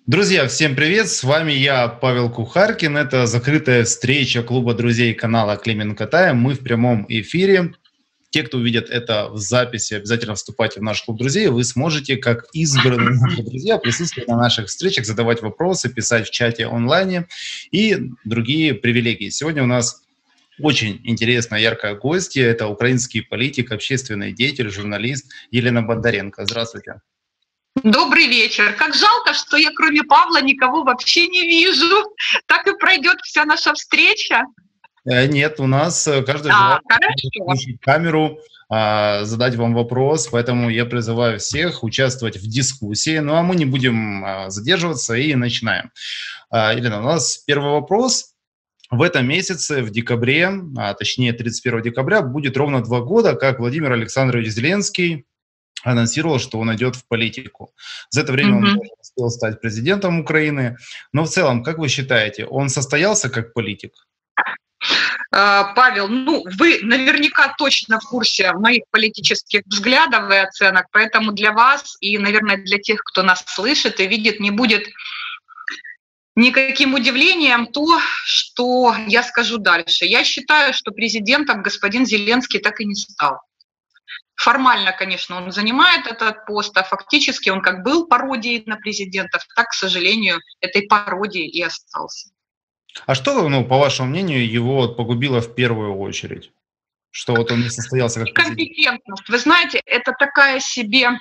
Друзья, всем привет! С вами я, Павел Кухаркин. Это закрытая встреча клуба друзей канала Клименко Тайм. Мы в прямом эфире. Те, кто увидят это в записи, обязательно вступайте в наш клуб друзей. Вы сможете, как избранные наши друзья, присутствовать на наших встречах, задавать вопросы, писать в чате онлайне и другие привилегии. Сегодня у нас очень интересная, яркая гостья. Это украинский политик, общественный деятель, журналист Елена Бондаренко. Здравствуйте. Добрый вечер. Как жалко, что я кроме Павла никого вообще не вижу. Так и пройдет вся наша встреча. Нет, у нас каждый желает включить камеру, задать вам вопрос, поэтому я призываю всех участвовать в дискуссии. Ну а мы не будем задерживаться и начинаем. Елена, у нас первый вопрос. В этом месяце, в декабре, точнее 31 декабря, будет ровно 2 года, как Владимир Александрович Зеленский анонсировал, что он идет в политику. За это время он успел стать президентом Украины. Но в целом, как вы считаете, он состоялся как политик? Павел, вы наверняка точно в курсе моих политических взглядов и оценок, поэтому для вас и, наверное, для тех, кто нас слышит и видит, не будет никаким удивлением то, что я скажу дальше. Я считаю, что президентом господин Зеленский так и не стал. Формально, конечно, он занимает этот пост, а фактически он как был пародией на президентов, так, к сожалению, этой пародией и остался. А что, по вашему мнению, его погубило в первую очередь? Что вот он не состоялся как президент? Некомпетентность. Вы знаете, это такая себе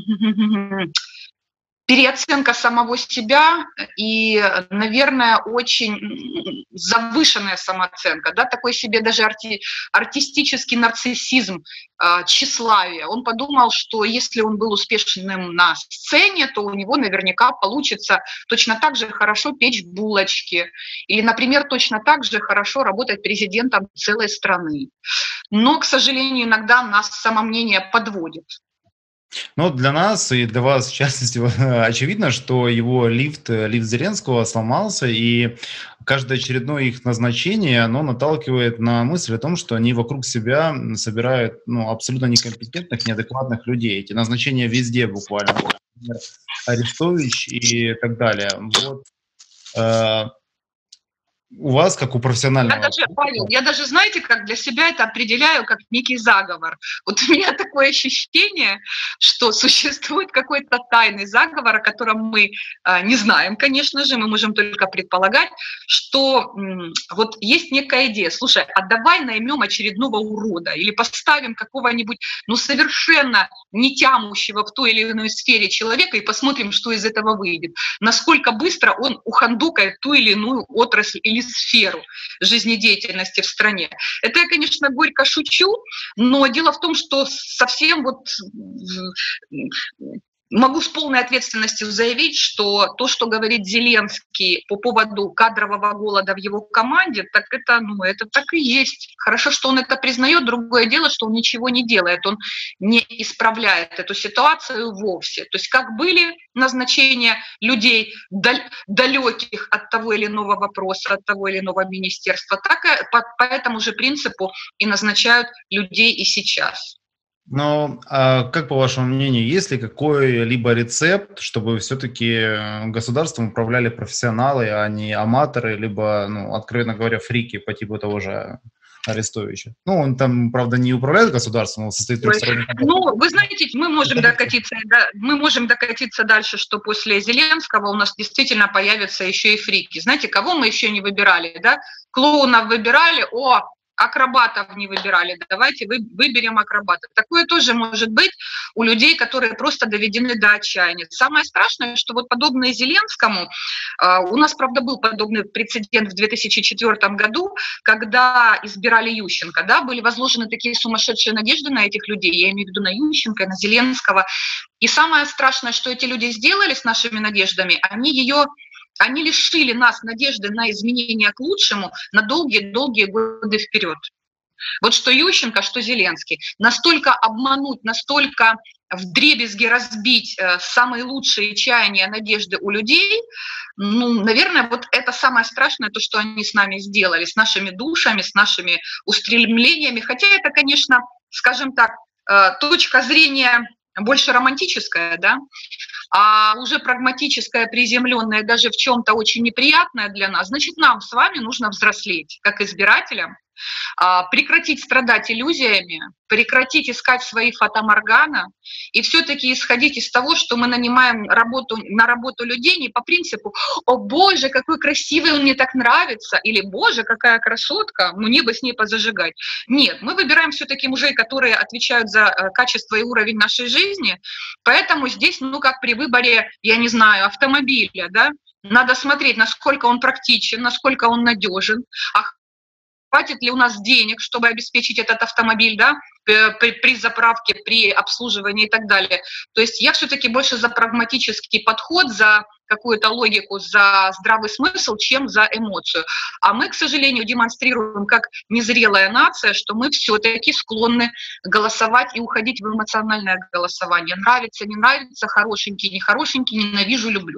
переоценка самого себя и, наверное, очень завышенная самооценка, да, такой себе даже артистический нарциссизм, тщеславие. Он подумал, что если он был успешным на сцене, то у него наверняка получится точно так же хорошо печь булочки или, например, точно так же хорошо работать президентом целой страны. Но, к сожалению, иногда нас самомнение подводит. Ну, для нас и для вас, в частности, очевидно, что его лифт Зеленского сломался, и каждое очередное их назначение, оно наталкивает на мысль о том, что они вокруг себя собирают абсолютно некомпетентных, неадекватных людей. Эти назначения везде буквально. Например, Арестович и так далее. Вот. У вас, как у профессионального... Павел, я даже, знаете, как для себя это определяю как некий заговор. Вот у меня такое ощущение, что существует какой-то тайный заговор, о котором мы не знаем, конечно же, мы можем только предполагать, что вот есть некая идея. Слушай, а давай наймем очередного урода или поставим какого-нибудь, совершенно не тямущего в той или иной сфере человека и посмотрим, что из этого выйдет. Насколько быстро он ухандукает ту или иную отрасль или сферу жизнедеятельности в стране. Это я, конечно, горько шучу, но дело в том, что совсем могу с полной ответственностью заявить, что то, что говорит Зеленский по поводу кадрового голода в его команде, так это так и есть. Хорошо, что он это признает. Другое дело, что он ничего не делает, он не исправляет эту ситуацию вовсе. То есть как были назначения людей далеких от того или иного вопроса, от того или иного министерства, так и по этому же принципу и назначают людей и сейчас. Но как, по вашему мнению, есть ли какой-либо рецепт, чтобы все-таки государством управляли профессионалы, а не аматоры, либо, откровенно говоря, фрики по типу того же Арестовича? Он там, правда, не управляет государством, он состоит трехсторонних контактов. Вы знаете, мы можем докатиться дальше, что после Зеленского у нас действительно появятся еще и фрики. Знаете, кого мы еще не выбирали, да? Клоунов выбирали, акробатов не выбирали, давайте выберем акробатов. Такое тоже может быть у людей, которые просто доведены до отчаяния. Самое страшное, что вот подобные Зеленскому, у нас, правда, был подобный прецедент в 2004 году, когда избирали Ющенко, да, были возложены такие сумасшедшие надежды на этих людей, я имею в виду на Ющенко, на Зеленского. И самое страшное, что эти люди сделали с нашими надеждами, они лишили нас надежды на изменения к лучшему на долгие-долгие годы вперед. Вот что Ющенко, что Зеленский. Настолько обмануть, настолько вдребезги разбить самые лучшие чаяния, надежды у людей, наверное, вот это самое страшное, то, что они с нами сделали, с нашими душами, с нашими устремлениями. Хотя это, конечно, скажем так, точка зрения больше романтическая, да, а уже прагматическое, приземленное, даже в чем-то очень неприятное для нас, значит, нам с вами нужно взрослеть, как избирателям, прекратить страдать иллюзиями, прекратить искать свои фатаморгана и все-таки исходить из того, что мы нанимаем на работу людей не по принципу «О, Боже, какой красивый, он мне так нравится» или «Боже, какая красотка, мне бы с ней позажигать». Нет, мы выбираем все-таки мужей, которые отвечают за качество и уровень нашей жизни, поэтому здесь, ну, как при выборе, я не знаю, автомобиля, да, надо смотреть, насколько он практичен, насколько он надежен, хватит ли у нас денег, чтобы обеспечить этот автомобиль, да, при заправке, при обслуживании и так далее. То есть я все-таки больше за прагматический подход, за какую-то логику, за здравый смысл, чем за эмоцию. А мы, к сожалению, демонстрируем как незрелая нация, что мы все-таки склонны голосовать и уходить в эмоциональное голосование. Нравится, не нравится, хорошенький, нехорошенький, ненавижу, люблю.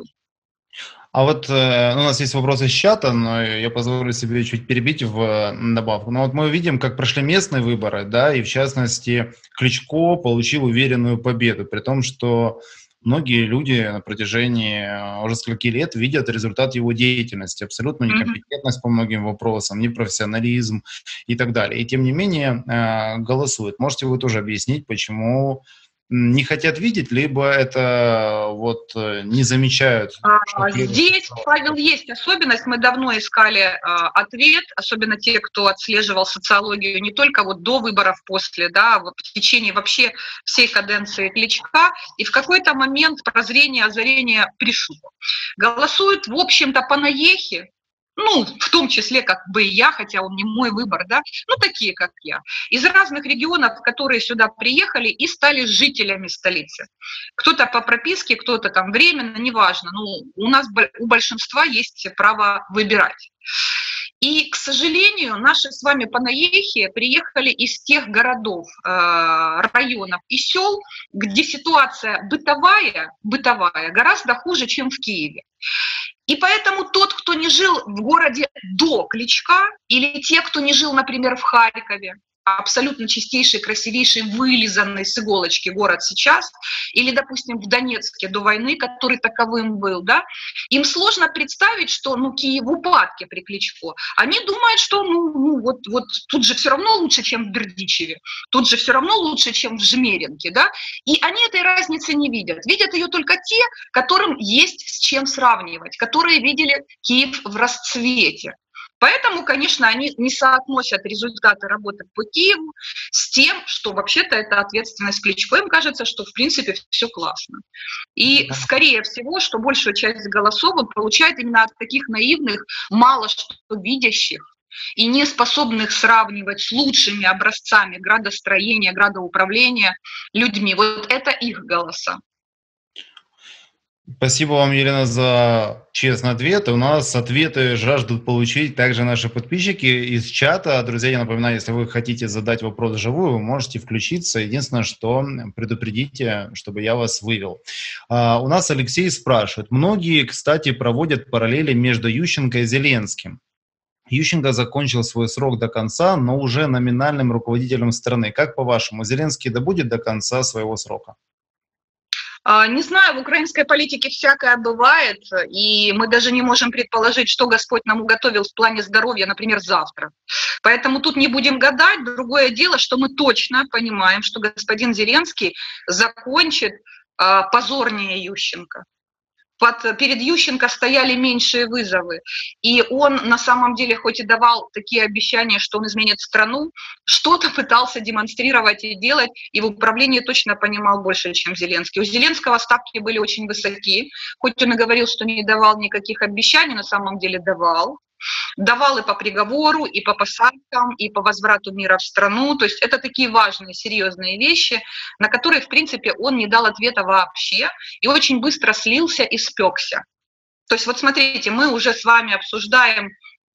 А вот у нас есть вопрос из чата, но я позволю себе чуть перебить в добавку. Но вот мы видим, как прошли местные выборы, да, и в частности Кличко получил уверенную победу, при том, что многие люди на протяжении уже скольких лет видят результат его деятельности, абсолютную некомпетентность по многим вопросам, непрофессионализм и так далее. И тем не менее голосуют. Можете вы тоже объяснить, почему не хотят видеть, либо это вот не замечают? Здесь, Павел, есть особенность. Мы давно искали ответ, особенно те, кто отслеживал социологию не только вот до выборов, после, да, в течение вообще всей каденции Кличка. И в какой-то момент прозрение, озарение пришло. Голосуют, в общем-то, по наехе. Ну, в том числе, как бы и я, хотя он не мой выбор, да, ну, такие, как я, из разных регионов, которые сюда приехали и стали жителями столицы. Кто-то по прописке, кто-то там временно, неважно, но у нас, у большинства есть право выбирать. И, к сожалению, наши с вами панаехи приехали из тех городов, районов и сел, где ситуация бытовая гораздо хуже, чем в Киеве. И поэтому тот, кто не жил в городе до Кличка, или те, кто не жил, например, в Харькове, абсолютно чистейший, красивейший, вылизанный с иголочки город сейчас, или, допустим, в Донецке до войны, который таковым был, да, им сложно представить, что, ну, Киев в упадке при Кличко. Они думают, что, вот тут же все равно лучше, чем в Бердичеве, тут же все равно лучше, чем в Жмеринке, да, и они этой разницы не видят. Видят ее только те, которым есть с чем сравнивать, которые видели Киев в расцвете. Поэтому, конечно, они не соотносят результаты работы по Киеву с тем, что вообще-то это ответственность Кличко. Им кажется, что в принципе все классно. И скорее всего, что большую часть голосов он получает именно от таких наивных, мало что видящих и не способных сравнивать с лучшими образцами градостроения, градоуправления людьми. Вот это их голоса. Спасибо вам, Елена, за честный ответ. У нас ответы жаждут получить также наши подписчики из чата. Друзья, я напоминаю, если вы хотите задать вопрос вживую, вы можете включиться. Единственное, что предупредите, чтобы я вас вывел. У нас Алексей спрашивает. Многие, кстати, проводят параллели между Ющенко и Зеленским. Ющенко закончил свой срок до конца, но уже номинальным руководителем страны. Как по-вашему, Зеленский добудет до конца своего срока? Не знаю, в украинской политике всякое бывает, и мы даже не можем предположить, что Господь нам уготовил в плане здоровья, например, завтра. Поэтому тут не будем гадать. Другое дело, что мы точно понимаем, что господин Зеленский закончит позорнее Ющенко. Перед Ющенко стояли меньшие вызовы. И он на самом деле, хоть и давал такие обещания, что он изменит страну, что-то пытался демонстрировать и делать, и в управлении точно понимал больше, чем Зеленский. У Зеленского ставки были очень высоки, хоть он и говорил, что не давал никаких обещаний, на самом деле давал. Давал и по приговору, и по посадкам, и по возврату мира в страну. То есть это такие важные, серьезные вещи, на которые, в принципе, он не дал ответа вообще и очень быстро слился и спекся. То есть вот смотрите, мы уже с вами обсуждаем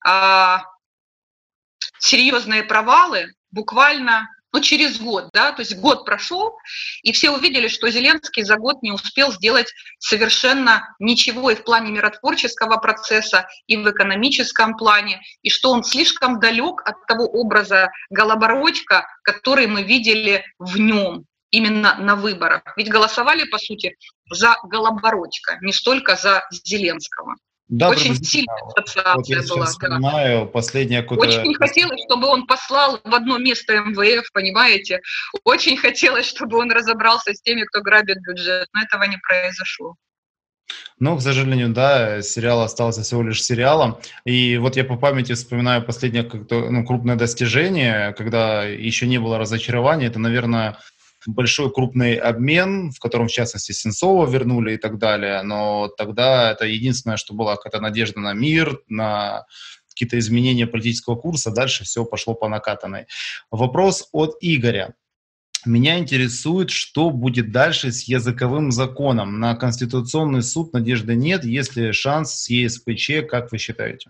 серьезные провалы буквально через год, да, то есть год прошел, и все увидели, что Зеленский за год не успел сделать совершенно ничего и в плане миротворческого процесса, и в экономическом плане, и что он слишком далек от того образа Голобородька, который мы видели в нем. именно на выборах. Ведь голосовали, по сути, за Голобородько, не столько за Зеленского. Да, очень сильная ассоциация вот я была. Вспоминаю последнее Очень хотелось, чтобы он послал в одно место МВФ, понимаете? Очень хотелось, чтобы он разобрался с теми, кто грабит бюджет, но этого не произошло. Но, к сожалению, да, сериал остался всего лишь сериалом. И вот я по памяти вспоминаю последнее крупное достижение, когда еще не было разочарования. Это, наверное, большой крупный обмен, в котором, в частности, Сенцова вернули и так далее. Но тогда это единственное, что была какая-то надежда на мир, на какие-то изменения политического курса. Дальше все пошло по накатанной. Вопрос от Игоря. Меня интересует, что будет дальше с языковым законом. На Конституционный суд надежды нет. Есть ли шанс с ЕСПЧ, как вы считаете?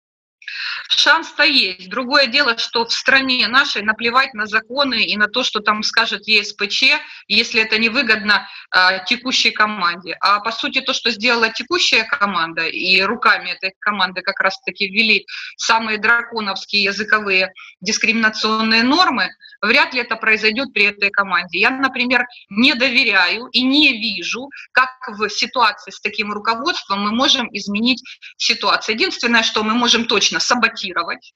Шанс-то есть. Другое дело, что в стране нашей наплевать на законы и на то, что там скажет ЕСПЧ, если это невыгодно текущей команде. А по сути то, что сделала текущая команда, и руками этой команды как раз-таки ввели самые драконовские языковые дискриминационные нормы, вряд ли это произойдет при этой команде. Я, например, не доверяю и не вижу, как в ситуации с таким руководством мы можем изменить ситуацию. Единственное, что мы можем точно саботировать.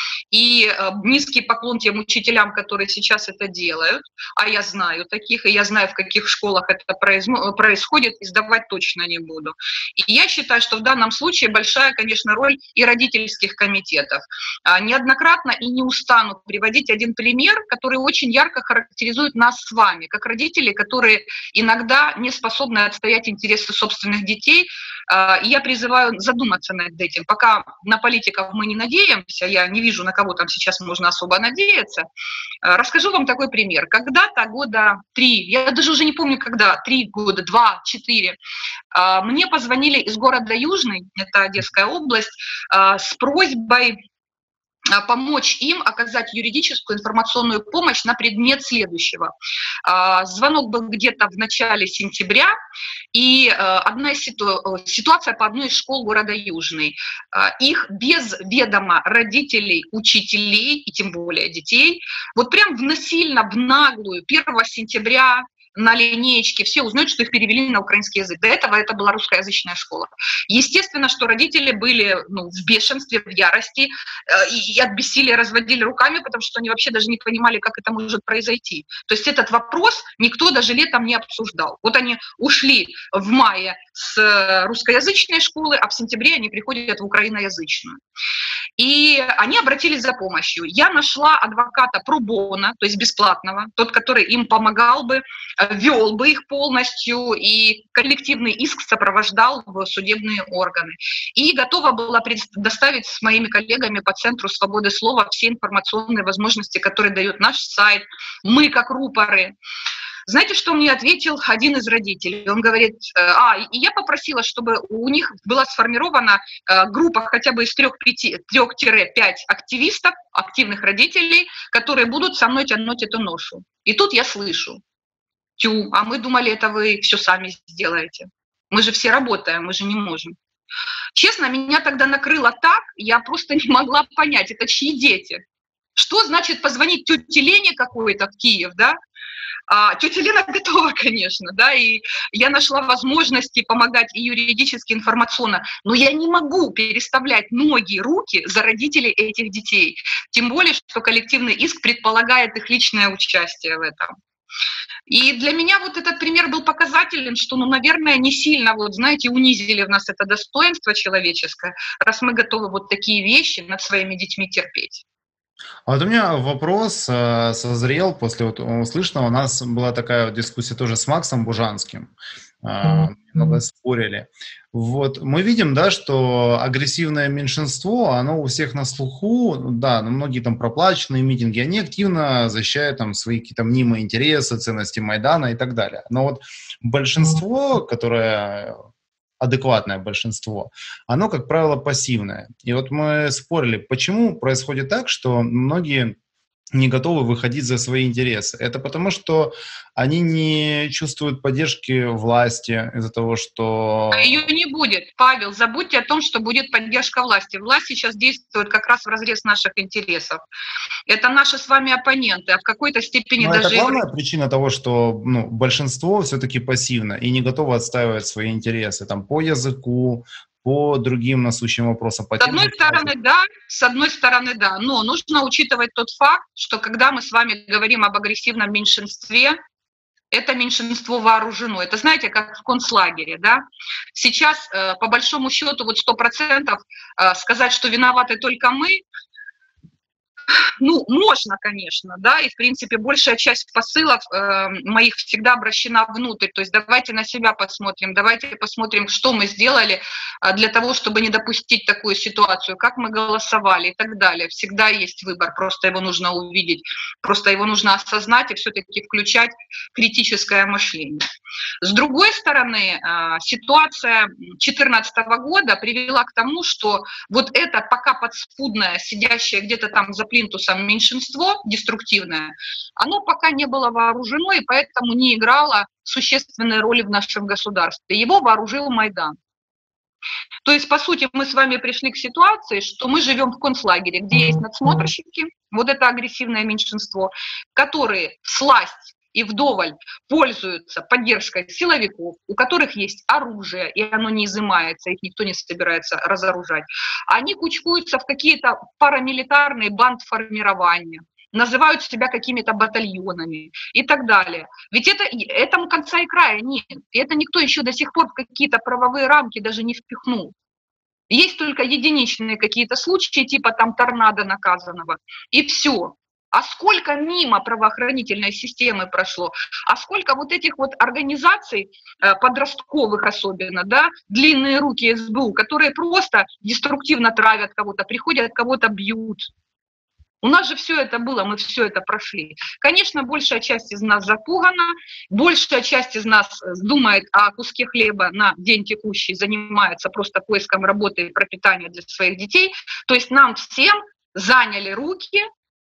И низкий поклон тем учителям, которые сейчас это делают, а я знаю таких, и я знаю, в каких школах это происходит, и сдавать точно не буду. И я считаю, что в данном случае большая, конечно, роль и родительских комитетов. Неоднократно и не устану приводить один пример, который очень ярко характеризует нас с вами, как родители, которые иногда не способны отстоять интересы собственных детей. И я призываю задуматься над этим. Пока на политиков мы не надеемся, я не вижу, на кого там сейчас можно особо надеяться. Расскажу вам такой пример. Когда-то года 3, я даже уже не помню когда, 3 года, 2, 4, мне позвонили из города Южный, это Одесская область, с просьбой помочь им оказать юридическую информационную помощь на предмет следующего. Звонок был где-то в начале сентября, и ситуация по одной из школ города Южный. Их без ведома родителей, учителей и тем более детей, вот прям насильно, в наглую, 1 сентября на линеечке все узнают, что их перевели на украинский язык. До этого это была русскоязычная школа. Естественно, что родители были в бешенстве, в ярости, и от бессилия разводили руками, потому что они вообще даже не понимали, как это может произойти. То есть этот вопрос никто даже летом не обсуждал. Вот они ушли в мае с русскоязычной школы, а в сентябре они приходят в украиноязычную. И они обратились за помощью. Я нашла адвоката пробона, то есть бесплатного, тот, который им помогал бы, вел бы их полностью, и коллективный иск сопровождал в судебные органы. И готова была предоставить с моими коллегами по Центру свободы слова все информационные возможности, которые дает наш сайт, мы как рупоры. Знаете, что мне ответил один из родителей? Он говорит, и я попросила, чтобы у них была сформирована группа хотя бы из 3-5 активистов, активных родителей, которые будут со мной тянуть эту ношу. И тут я слышу, а мы думали, это вы все сами сделаете. Мы же все работаем, мы же не можем. Честно, меня тогда накрыло так, я просто не могла понять, это чьи дети? Что значит позвонить тете Лене какой-то в Киев, да? Тетя Лена готова, конечно, да, и я нашла возможности помогать и юридически, и информационно, но я не могу переставлять ноги, руки за родителей этих детей, тем более, что коллективный иск предполагает их личное участие в этом. И для меня вот этот пример был показателен, что, наверное, не сильно, знаете, унизили в нас это достоинство человеческое, раз мы готовы вот такие вещи над своими детьми терпеть. А вот у меня вопрос созрел после услышанного. У нас была такая дискуссия тоже с Максом Бужанским. Много спорили. Вот мы видим, да, что агрессивное меньшинство, оно у всех на слуху, да, но многие там проплаченные митинги, они активно защищают там свои какие-то мнимые интересы, ценности Майдана и так далее. Но вот большинство, которое адекватное большинство, оно, как правило, пассивное. И вот мы спорили, почему происходит так, что многие не готовы выходить за свои интересы. Это потому, что они не чувствуют поддержки власти из-за того, что... А ее не будет, Павел. Забудьте о том, что будет поддержка власти. Власть сейчас действует как раз вразрез наших интересов. Это наши с вами оппоненты, а в какой-то степени даже... Это главная причина того, что большинство все-таки пассивно и не готово отстаивать свои интересы там, по языку, по другим насущим вопросам. С одной стороны, да, но нужно учитывать тот факт, что когда мы с вами говорим об агрессивном меньшинстве, это меньшинство вооружено. Это, знаете, как в концлагере, да? Сейчас, по большому счету, вот 100% сказать, что виноваты только мы, можно, конечно, да, и, в принципе, большая часть посылов моих всегда обращена внутрь, то есть давайте на себя посмотрим, давайте посмотрим, что мы сделали для того, чтобы не допустить такую ситуацию, как мы голосовали и так далее. Всегда есть выбор, просто его нужно увидеть, просто его нужно осознать и все-таки включать критическое мышление. С другой стороны, ситуация 2014 года привела к тому, что вот это пока подспудное, сидящее где-то там за плинтусом меньшинство деструктивное, оно пока не было вооружено и поэтому не играло существенной роли в нашем государстве. Его вооружил Майдан. То есть, по сути, мы с вами пришли к ситуации, что мы живем в концлагере, где есть надсмотрщики, вот это агрессивное меньшинство, которые всласть и вдоволь пользуются поддержкой силовиков, у которых есть оружие, и оно не изымается, их никто не собирается разоружать. Они кучкуются в какие-то парамилитарные бандформирования, называют себя какими-то батальонами и так далее. Ведь этому конца и края нет. И это никто еще до сих пор в какие-то правовые рамки даже не впихнул. Есть только единичные какие-то случаи, типа там торнадо наказанного, и все. А сколько мимо правоохранительной системы прошло, а сколько вот этих вот организаций, подростковых особенно, да, длинные руки СБУ, которые просто деструктивно травят кого-то, приходят, кого-то бьют. У нас же все это было, мы все это прошли. Конечно, большая часть из нас запугана, большая часть из нас думает о куске хлеба на день текущий, занимается просто поиском работы и пропитания для своих детей. То есть нам всем заняли руки,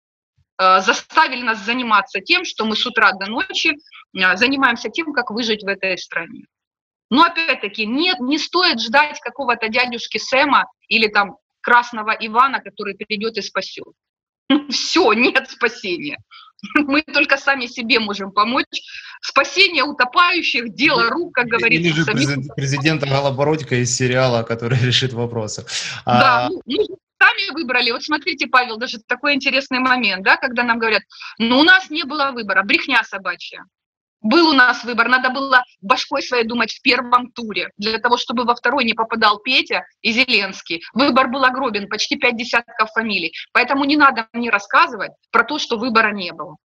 заставили нас заниматься тем, что мы с утра до ночи занимаемся тем, как выжить в этой стране. Но опять-таки не стоит ждать какого-то дядюшки Сэма или там красного Ивана, который придет и спасет. Все, нет спасения. Мы только сами себе можем помочь. Спасение утопающих, дело рук, как говорится. Или же президента Голобородько из сериала, который решит вопросы. Да, сами выбрали. Вот смотрите, Павел, даже такой интересный момент, да, когда нам говорят, у нас не было выбора, брехня собачья. Был у нас выбор, надо было башкой своей думать в первом туре, для того, чтобы во второй не попадал Петя и Зеленский. Выбор был огромен, почти 5 десятков фамилий. Поэтому не надо мне рассказывать про то, что выбора не было.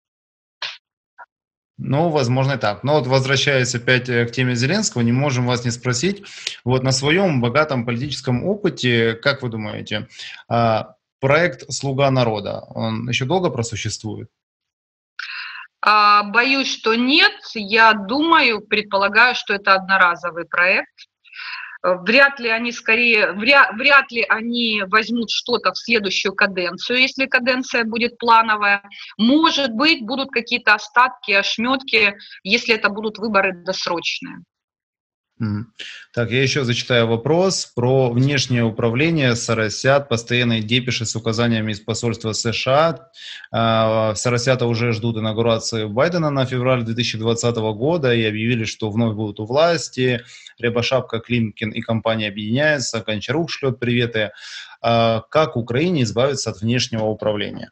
Возможно, и так. Но вот возвращаясь опять к теме Зеленского, не можем вас не спросить, вот на своем богатом политическом опыте, как вы думаете, проект «Слуга народа», он еще долго просуществует? Боюсь, что нет. Я думаю, предполагаю, что это одноразовый проект. Вряд ли они возьмут что-то в следующую каденцию, если каденция будет плановая. Может быть, будут какие-то остатки, ошметки, если это будут выборы досрочные. Так, я еще зачитаю вопрос про внешнее управление. Соросят постоянные депеши с указаниями из посольства США. Соросята уже ждут инаугурации Байдена на февраль 2020 года и объявили, что вновь будут у власти. Рябошапка, Климкин и компания объединяются. Гончарук шлет приветы. Как Украине избавиться от внешнего управления?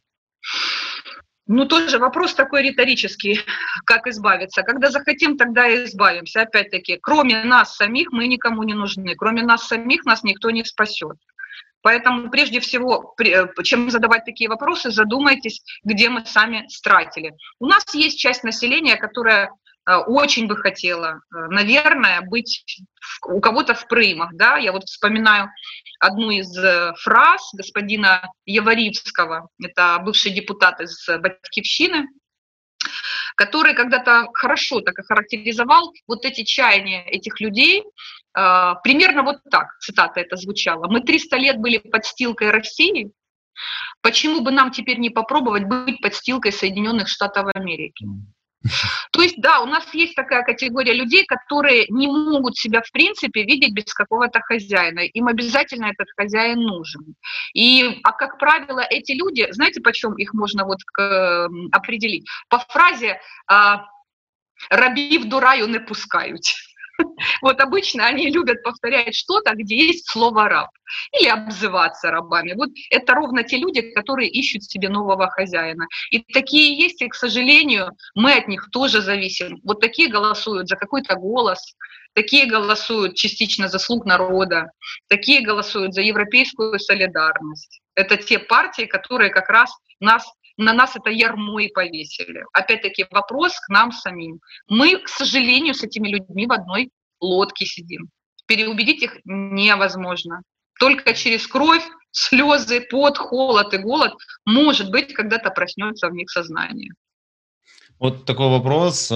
Тоже вопрос такой риторический, как избавиться. Когда захотим, тогда и избавимся. Опять-таки, кроме нас самих мы никому не нужны. Кроме нас самих нас никто не спасет. Поэтому прежде всего, чем задавать такие вопросы, задумайтесь, где мы сами стратили. У нас есть часть населения, которая очень бы хотела, наверное, быть у кого-то в приймах. Да? Я вот вспоминаю одну из фраз господина Яворивского, это бывший депутат из Батькивщины, который когда-то хорошо так охарактеризовал вот эти чаяния этих людей. Примерно вот так, цитата это звучала. «Мы 300 лет были подстилкой России, Почему бы нам теперь не попробовать быть подстилкой Соединенных Штатов Америки? То есть, да, у нас есть такая категория людей, которые не могут себя, в принципе, видеть без какого-то хозяина. Им обязательно этот хозяин нужен. Как правило, эти люди, знаете, почем их можно определить? По фразе «рабів до раю не пускають». Вот обычно они любят повторять что-то, где есть слово «раб», или обзываться рабами. Вот это ровно те люди, которые ищут себе нового хозяина. И такие есть, и, к сожалению, мы от них тоже зависим. Вот такие голосуют за какой-то голос, такие голосуют частично за «Слуг народа», такие голосуют за европейскую солидарность. Это те партии, которые как раз на нас это ярмо и повесили. Опять-таки вопрос к нам самим. Мы, к сожалению, с этими людьми в одной лодке сидим. Переубедить их невозможно. Только через кровь, слезы, пот, холод и голод, может быть, когда-то проснется в них сознание. Вот такой вопрос.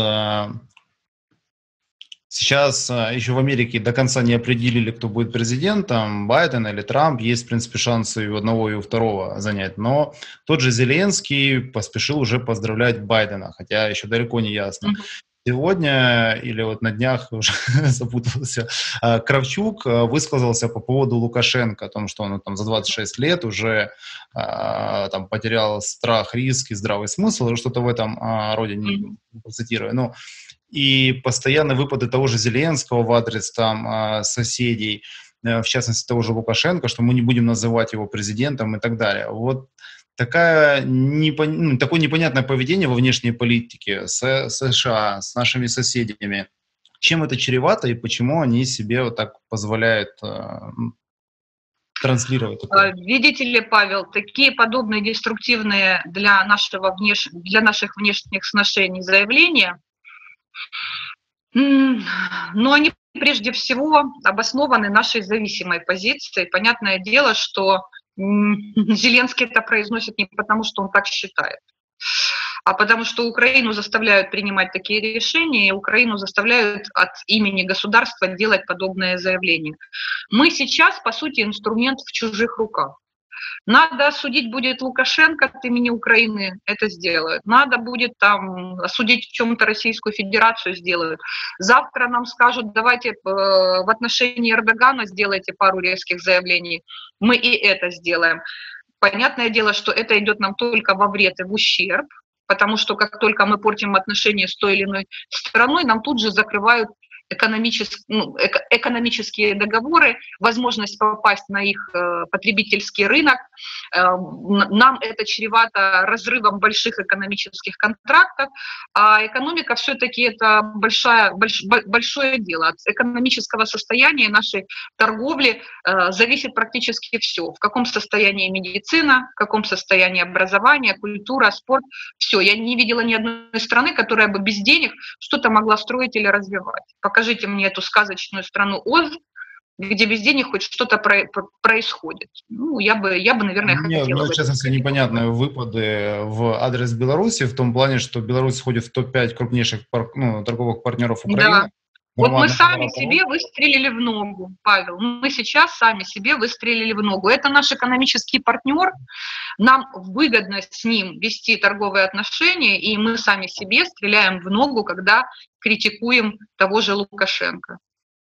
Сейчас еще в Америке до конца не определили, кто будет президентом, Байден или Трамп. Есть, в принципе, шансы и у одного, и у второго занять. Но тот же Зеленский поспешил уже поздравлять Байдена, хотя еще далеко не ясно. Сегодня, или вот на днях, уже запутался, Кравчук высказался по поводу Лукашенко, о том, что он там за 26 лет уже там потерял страх, риск и здравый смысл, или что-то в этом роде, не процитирую. Ну, и постоянные выпады того же Зеленского в адрес там соседей, в частности того же Лукашенко, что мы не будем называть его президентом и так далее. Вот такое непонятное поведение во внешней политике с США, с нашими соседями. Чем это чревато и почему они себе вот так позволяют транслировать такое? Видите ли, Павел, такие подобные деструктивные для наших внешних сношений заявления, но они прежде всего обоснованы нашей зависимой позицией. Понятное дело, что Зеленский это произносит не потому, что он так считает, а потому что Украину заставляют принимать такие решения, и Украину заставляют от имени государства делать подобные заявления. Мы сейчас, по сути, инструмент в чужих руках. Надо осудить будет Лукашенко от имени Украины, это сделают. Надо будет там осудить в чем-то Российскую Федерацию, сделают. Завтра нам скажут, давайте в отношении Эрдогана сделайте пару резких заявлений. Мы и это сделаем. Понятное дело, что это идет нам только во вред и в ущерб, потому что как только мы портим отношения с той или иной страной, нам тут же закрывают экономические договоры, возможность попасть на их потребительский рынок. Нам это чревато разрывом больших экономических контрактов, а экономика все-таки это большое дело. От экономического состояния нашей торговли зависит практически все. В каком состоянии медицина, в каком состоянии образование, культура, спорт. Все. Я не видела ни одной страны, которая бы без денег что-то могла строить или развивать. Покажите мне эту сказочную страну Оз, где без денег хоть что-то происходит. Ну, я бы, наверное, хотела... Мне, в частности, непонятные выпады в адрес Беларуси, в том плане, что Беларусь входит в топ-5 крупнейших торговых партнеров Украины. Да. Вот мы сами себе выстрелили в ногу, Павел. Мы сейчас сами себе выстрелили в ногу. Это наш экономический партнер. Нам выгодно с ним вести торговые отношения, и мы сами себе стреляем в ногу, когда критикуем того же Лукашенко.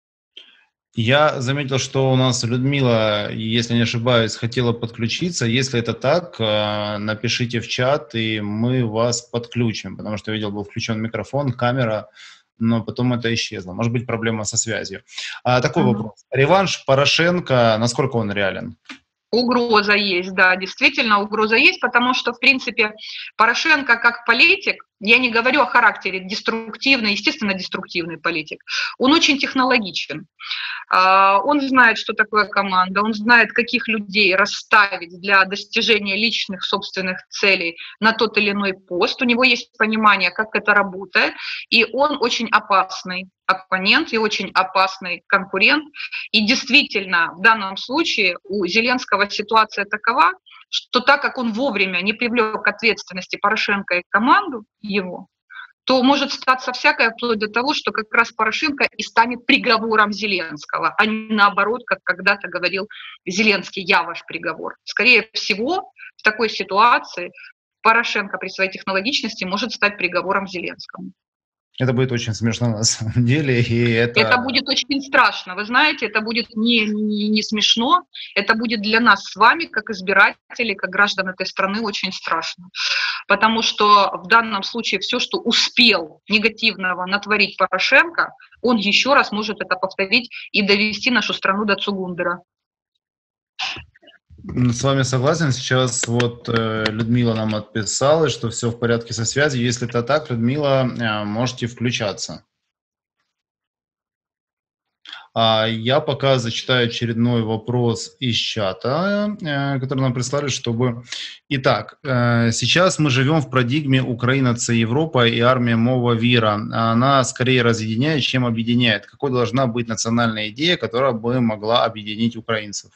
Я заметил, что у нас Людмила, если не ошибаюсь, хотела подключиться. Если это так, напишите в чат, и мы вас подключим, потому что я видел, был включен микрофон, камера, но потом это исчезло. Может быть, проблема со связью. Такой вопрос. Реванш Порошенко, насколько он реален? Угроза есть, да, действительно угроза есть, потому что, в принципе, Порошенко как политик, я не говорю о характере, деструктивный, естественно, деструктивный политик, он очень технологичен. Он знает, что такое команда, он знает, каких людей расставить для достижения личных собственных целей на тот или иной пост. У него есть понимание, как это работает, и он очень опасный оппонент и очень опасный конкурент. И действительно, в данном случае у Зеленского ситуация такова, что так как он вовремя не привлек к ответственности Порошенко и команду его, то может статься всякое, вплоть до того, что как раз Порошенко и станет приговором Зеленского, а не наоборот, как когда-то говорил Зеленский, я ваш приговор. Скорее всего, в такой ситуации Порошенко при своей технологичности может стать приговором Зеленскому. Это будет очень смешно на самом деле. И это будет очень страшно. Вы знаете, это будет не смешно, это будет для нас с вами, как избирателей, как граждан этой страны, очень страшно. Потому что в данном случае все, что успел негативного натворить Порошенко, он еще раз может это повторить и довести нашу страну до Цугундера. С вами согласен. Сейчас вот Людмила нам отписала, что все в порядке со связью. Если это так, Людмила, можете включаться. Я пока зачитаю очередной вопрос из чата, который нам прислали, чтобы... Итак, сейчас мы живем в парадигме «Украина – це Европа» и «Армия, мова, вера». Она скорее разъединяет, чем объединяет. Какой должна быть национальная идея, которая бы могла объединить украинцев?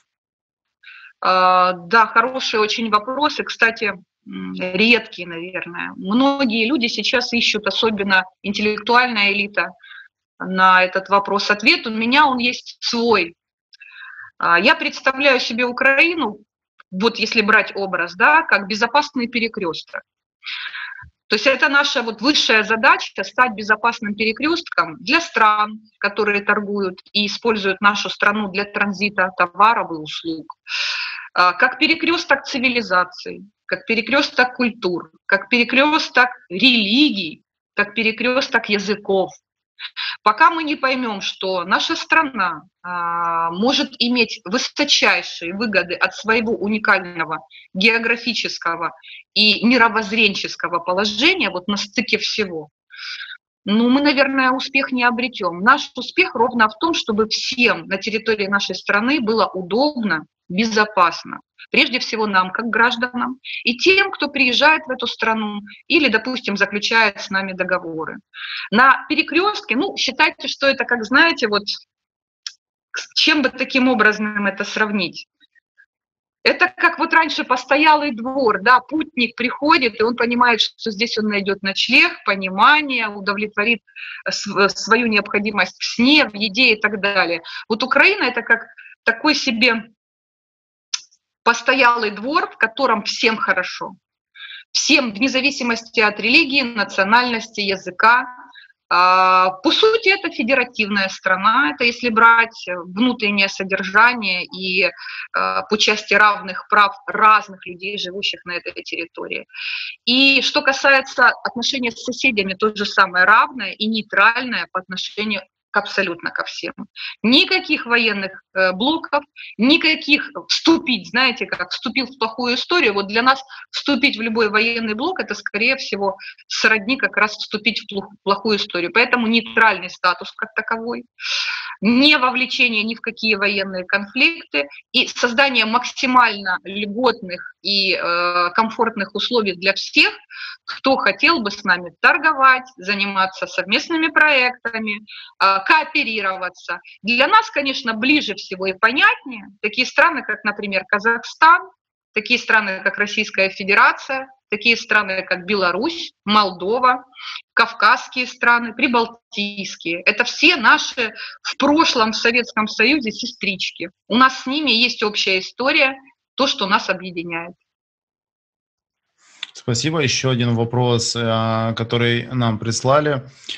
Да, хорошие очень вопросы. Кстати, редкие, наверное. Многие люди сейчас ищут, особенно интеллектуальная элита, на этот вопрос ответ. У меня он есть свой. Я представляю себе Украину, вот если брать образ, да, как безопасный перекресток. То есть это наша вот высшая задача – стать безопасным перекрестком для стран, которые торгуют и используют нашу страну для транзита товаров и услуг. Как перекресток цивилизаций, как перекресток культур, как перекресток религий, как перекресток языков. Пока мы не поймем, что наша страна может иметь высочайшие выгоды от своего уникального географического и мировоззренческого положения вот на стыке всего, ну, мы, наверное, успех не обретем. Наш успех ровно в том, чтобы всем на территории нашей страны было удобно, безопасно. Прежде всего нам, как гражданам, и тем, кто приезжает в эту страну или, допустим, заключает с нами договоры. На перекрестке, ну, считайте, что это, как знаете, вот с чем бы таким образом это сравнить? Это как вот раньше постоялый двор, да, путник приходит, и он понимает, что здесь он найдет ночлег, понимание, удовлетворит свою необходимость в сне, в еде и так далее. Вот Украина – это как такой себе постоялый двор, в котором всем хорошо. Всем, вне зависимости от религии, национальности, языка. По сути, это федеративная страна, это если брать внутреннее содержание и по части равных прав разных людей, живущих на этой территории. И что касается отношений с соседями, то же самое равное и нейтральное по отношению абсолютно ко всем. Никаких военных блоков, никаких вступить, знаете, как вступил в плохую историю. Вот для нас вступить в любой военный блок – это, скорее всего, сродни как раз вступить в плохую историю. Поэтому нейтральный статус как таковой, не вовлечение ни в какие военные конфликты и создание максимально льготных и комфортных условий для всех, кто хотел бы с нами торговать, заниматься совместными проектами, кооперироваться. Для нас, конечно, ближе всего и понятнее такие страны, как, например, Казахстан, такие страны, как Российская Федерация, такие страны, как Беларусь, Молдова, Кавказские страны, прибалтийские. Это все наши в прошлом в Советском Союзе сестрички. У нас с ними есть общая история, то, что нас объединяет. Спасибо. Еще один вопрос, который нам прислали.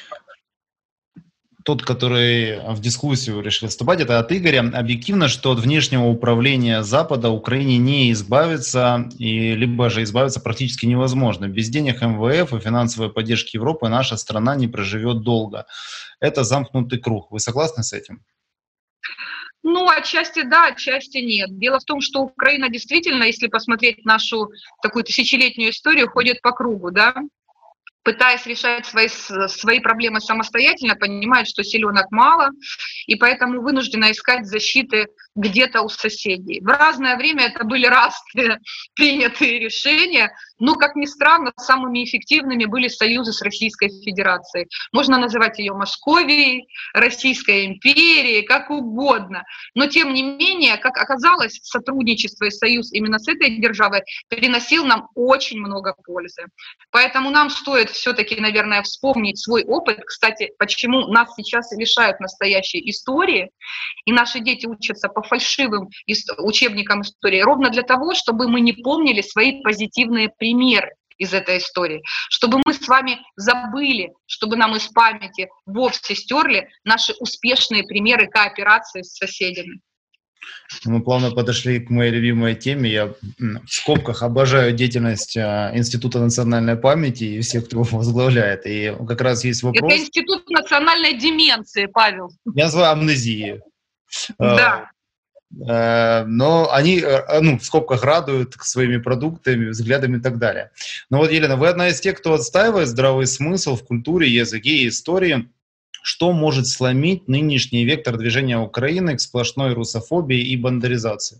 Тот, который в дискуссию решил вступать, это от Игоря. Объективно, что от внешнего управления Запада Украине не избавиться, либо же избавиться практически невозможно. Без денег МВФ и финансовой поддержки Европы наша страна не проживет долго. Это замкнутый круг. Вы согласны с этим? Ну, отчасти да, отчасти нет. Дело в том, что Украина действительно, если посмотреть нашу такую тысячелетнюю историю, ходит по кругу, да, пытаясь решать свои проблемы самостоятельно, понимает, что силенок мало, и поэтому вынуждена искать защиты где-то у соседей. В разное время это были разные принятые решения, но, как ни странно, самыми эффективными были союзы с Российской Федерацией. Можно называть ее Московией, Российской империей, как угодно. Но, тем не менее, как оказалось, сотрудничество и союз именно с этой державой приносил нам очень много пользы. Поэтому нам стоит все-таки, наверное, вспомнить свой опыт. Кстати, почему нас сейчас лишают настоящей истории, и наши дети учатся по фальшивым учебникам истории, ровно для того, чтобы мы не помнили свои позитивные примеры из этой истории, чтобы мы с вами забыли, чтобы нам из памяти вовсе стерли наши успешные примеры кооперации с соседями. Мы плавно подошли к моей любимой теме. Я в скобках обожаю деятельность Института национальной памяти и всех, кто его возглавляет. И как раз есть вопрос... Это Институт национальной деменции, Павел. Я называю амнезией. Да. Но они, в скобках, радуют своими продуктами, взглядами и так далее. Но вот, Елена, вы одна из тех, кто отстаивает здравый смысл в культуре, языке и истории. Что может сломить нынешний вектор движения Украины к сплошной русофобии и бандеризации?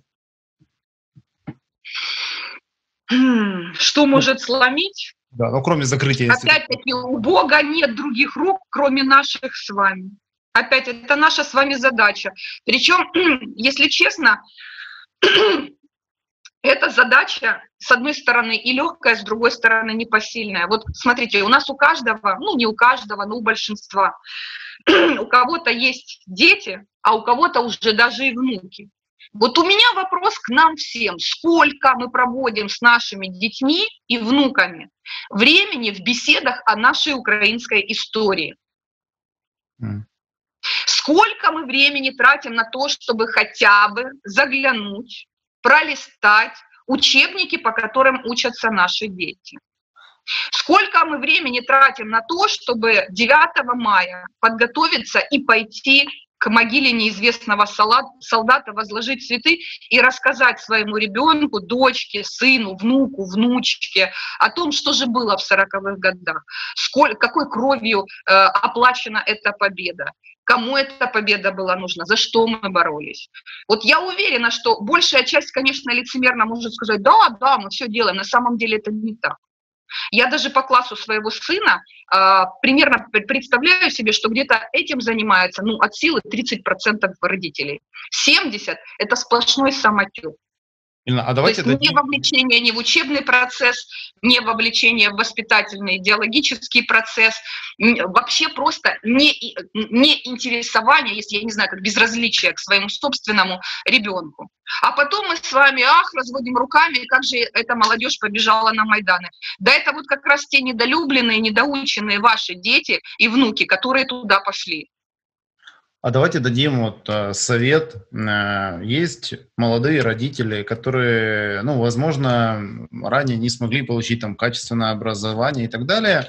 Что может сломить? Да, кроме закрытия института. Опять-таки, у Бога нет других рук, кроме наших с вами. Опять, это наша с вами задача. Причем, если честно, эта задача, с одной стороны, и легкая, с другой стороны, непосильная. Вот смотрите, у нас у каждого, не у каждого, но у большинства, у кого-то есть дети, а у кого-то уже даже и внуки. Вот у меня вопрос к нам всем. Сколько мы проводим с нашими детьми и внуками времени в беседах о нашей украинской истории? Сколько мы времени тратим на то, чтобы хотя бы заглянуть, пролистать учебники, по которым учатся наши дети? Сколько мы времени тратим на то, чтобы 9 мая подготовиться и пойти к могиле неизвестного солдата, возложить цветы и рассказать своему ребенку, дочке, сыну, внуку, внучке о том, что же было в 40-х годах, какой кровью оплачена эта победа, кому эта победа была нужна, за что мы боролись. Вот я уверена, что большая часть, конечно, лицемерно может сказать, да, мы все делаем, на самом деле это не так. Я даже по классу своего сына примерно представляю себе, что где-то этим занимается от силы 30% родителей. 70% – это сплошной самотек. А давайте То есть не вовлечение ни в учебный процесс, не вовлечение в воспитательный идеологический процесс, вообще просто не интересование, если я не знаю, как безразличие к своему собственному ребенку. А потом мы с вами, разводим руками, как же эта молодежь побежала на Майданы. Да это вот как раз те недолюбленные, недоученные ваши дети и внуки, которые туда пошли. А давайте дадим совет. Есть молодые родители, которые, возможно, ранее не смогли получить качественное образование и так далее.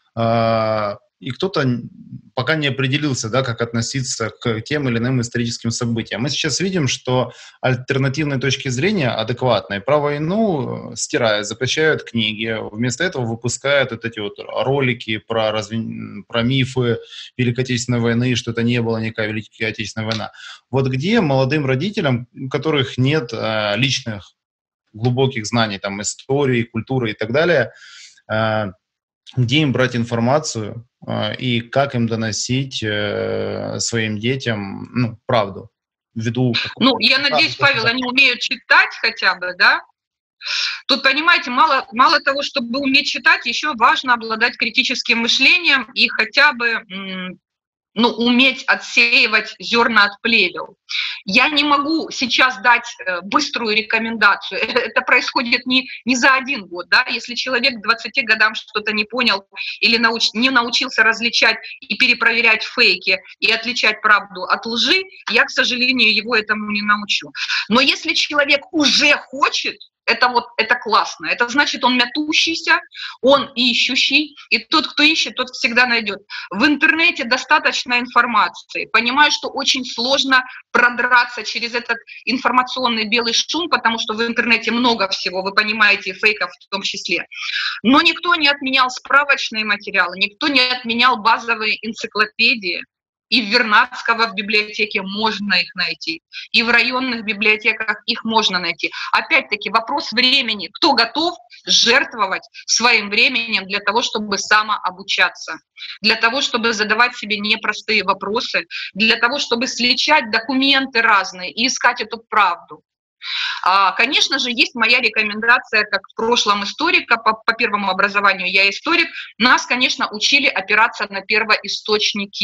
И кто-то пока не определился, как относиться к тем или иным историческим событиям. Мы сейчас видим, что альтернативные точки зрения адекватные про войну стирают, запрещают книги, вместо этого выпускают эти ролики про мифы Великой Отечественной войны, что это не была никакая Великая Отечественная война. Вот где молодым родителям, у которых нет личных глубоких знаний, истории, культуры и так далее, где им брать информацию и как им доносить своим детям правду? Ввиду я надеюсь, Павел, они умеют читать хотя бы, да? Тут, понимаете, мало того, чтобы уметь читать, еще важно обладать критическим мышлением и хотя бы уметь отсеивать зерна от плевел. Я не могу сейчас дать быструю рекомендацию. Это происходит не за 1 год. Да? Если человек к 20 годам что-то не понял или не научился различать и перепроверять фейки и отличать правду от лжи, я, к сожалению, его этому не научу. Но если человек уже хочет, это классно. Это значит, он мятущийся, он ищущий, и тот, кто ищет, тот всегда найдет. В интернете достаточно информации. Понимаю, что очень сложно продраться через этот информационный белый шум, потому что в интернете много всего, вы понимаете, и фейков в том числе. Но никто не отменял справочные материалы, никто не отменял базовые энциклопедии. И в Вернадского в библиотеке можно их найти, и в районных библиотеках их можно найти. Опять-таки вопрос времени. Кто готов жертвовать своим временем для того, чтобы самообучаться, для того, чтобы задавать себе непростые вопросы, для того, чтобы сличать документы разные и искать эту правду. Конечно же, есть моя рекомендация, как в прошлом историка, по первому образованию я историк, нас, конечно, учили опираться на первоисточники.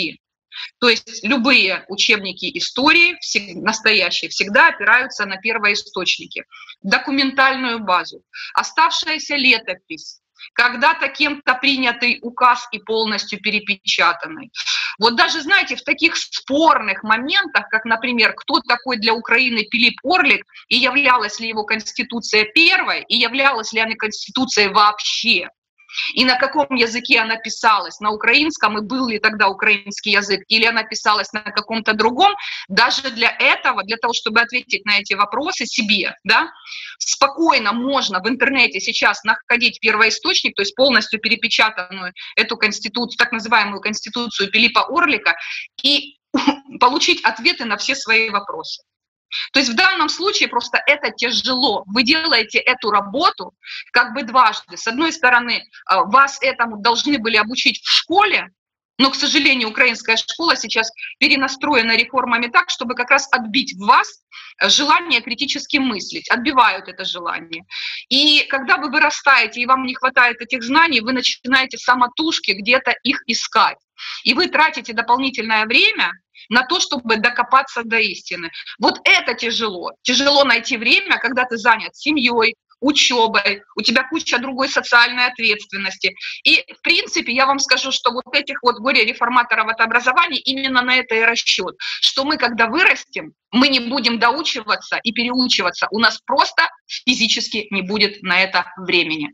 То есть любые учебники истории, настоящие, всегда опираются на первоисточники, документальную базу, оставшаяся летопись, когда-то кем-то принятый указ и полностью перепечатанный. Вот даже, знаете, в таких спорных моментах, как, например, кто такой для Украины Пилип Орлик, и являлась ли его конституция первой, и являлась ли она конституцией вообще, и на каком языке она писалась, на украинском, и был ли тогда украинский язык, или она писалась на каком-то другом, даже для этого, для того, чтобы ответить на эти вопросы себе, да, спокойно можно в интернете сейчас находить первоисточник, то есть полностью перепечатанную эту конституцию, так называемую конституцию Пилипа Орлика, и получить ответы на все свои вопросы. То есть в данном случае просто это тяжело. Вы делаете эту работу как бы дважды. С одной стороны, вас этому должны были обучить в школе, но, к сожалению, украинская школа сейчас перенастроена реформами так, чтобы как раз отбить в вас желание критически мыслить, отбивают это желание. И когда вы вырастаете и вам не хватает этих знаний, вы начинаете самотужки где-то их искать. И вы тратите дополнительное время на то, чтобы докопаться до истины. Вот это тяжело. Тяжело найти время, когда ты занят семьей, учебой, у тебя куча другой социальной ответственности. И, в принципе, я вам скажу, что вот этих вот горе-реформаторов от образования именно на это и расчет, что мы, когда вырастем, мы не будем доучиваться и переучиваться. У нас просто физически не будет на это времени.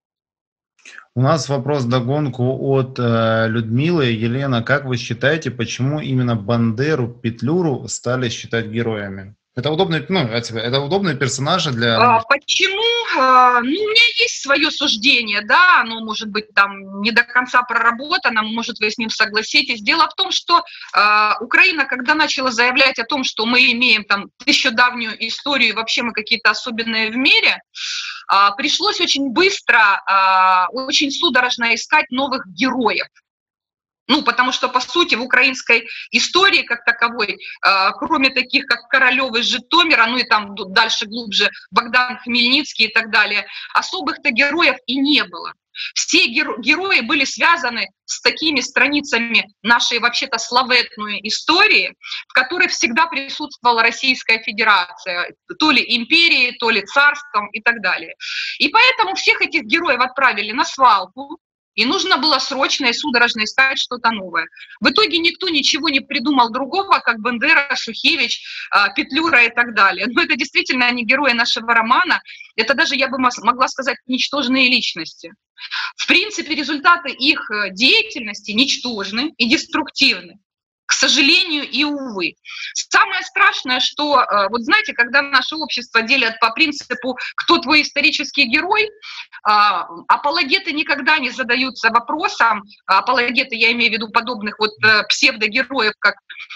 У нас вопрос вдогонку от Людмилы. Елена, как вы считаете, почему именно Бандеру, Петлюру стали считать героями? Это удобные, это удобные персонажи для... Почему? У меня есть свое суждение, да, оно может быть там не до конца проработано, может вы с ним согласитесь. Дело в том, что Украина, когда начала заявлять о том, что мы имеем там тысячедавнюю историю, и вообще мы какие-то особенные в мире, пришлось очень быстро, очень судорожно искать новых героев. Потому что, по сути, в украинской истории как таковой, кроме таких, как Королёв из Житомира, и там дальше глубже Богдан Хмельницкий и так далее, особых-то героев и не было. Все герои были связаны с такими страницами нашей вообще-то славетной истории, в которой всегда присутствовала Российская Федерация, то ли империей, то ли царством и так далее. И поэтому всех этих героев отправили на свалку, и нужно было срочно и судорожно искать что-то новое. В итоге никто ничего не придумал другого, как Бандера, Шухевич, Петлюра и так далее. Но это действительно не герои нашего романа, это даже, я бы могла сказать, ничтожные личности. В принципе, результаты их деятельности ничтожны и деструктивны. К сожалению и увы. Самое страшное, что, вот знаете, когда наше общество делят по принципу «кто твой исторический герой?», апологеты никогда не задаются вопросом, апологеты, я имею в виду подобных вот псевдогероев, как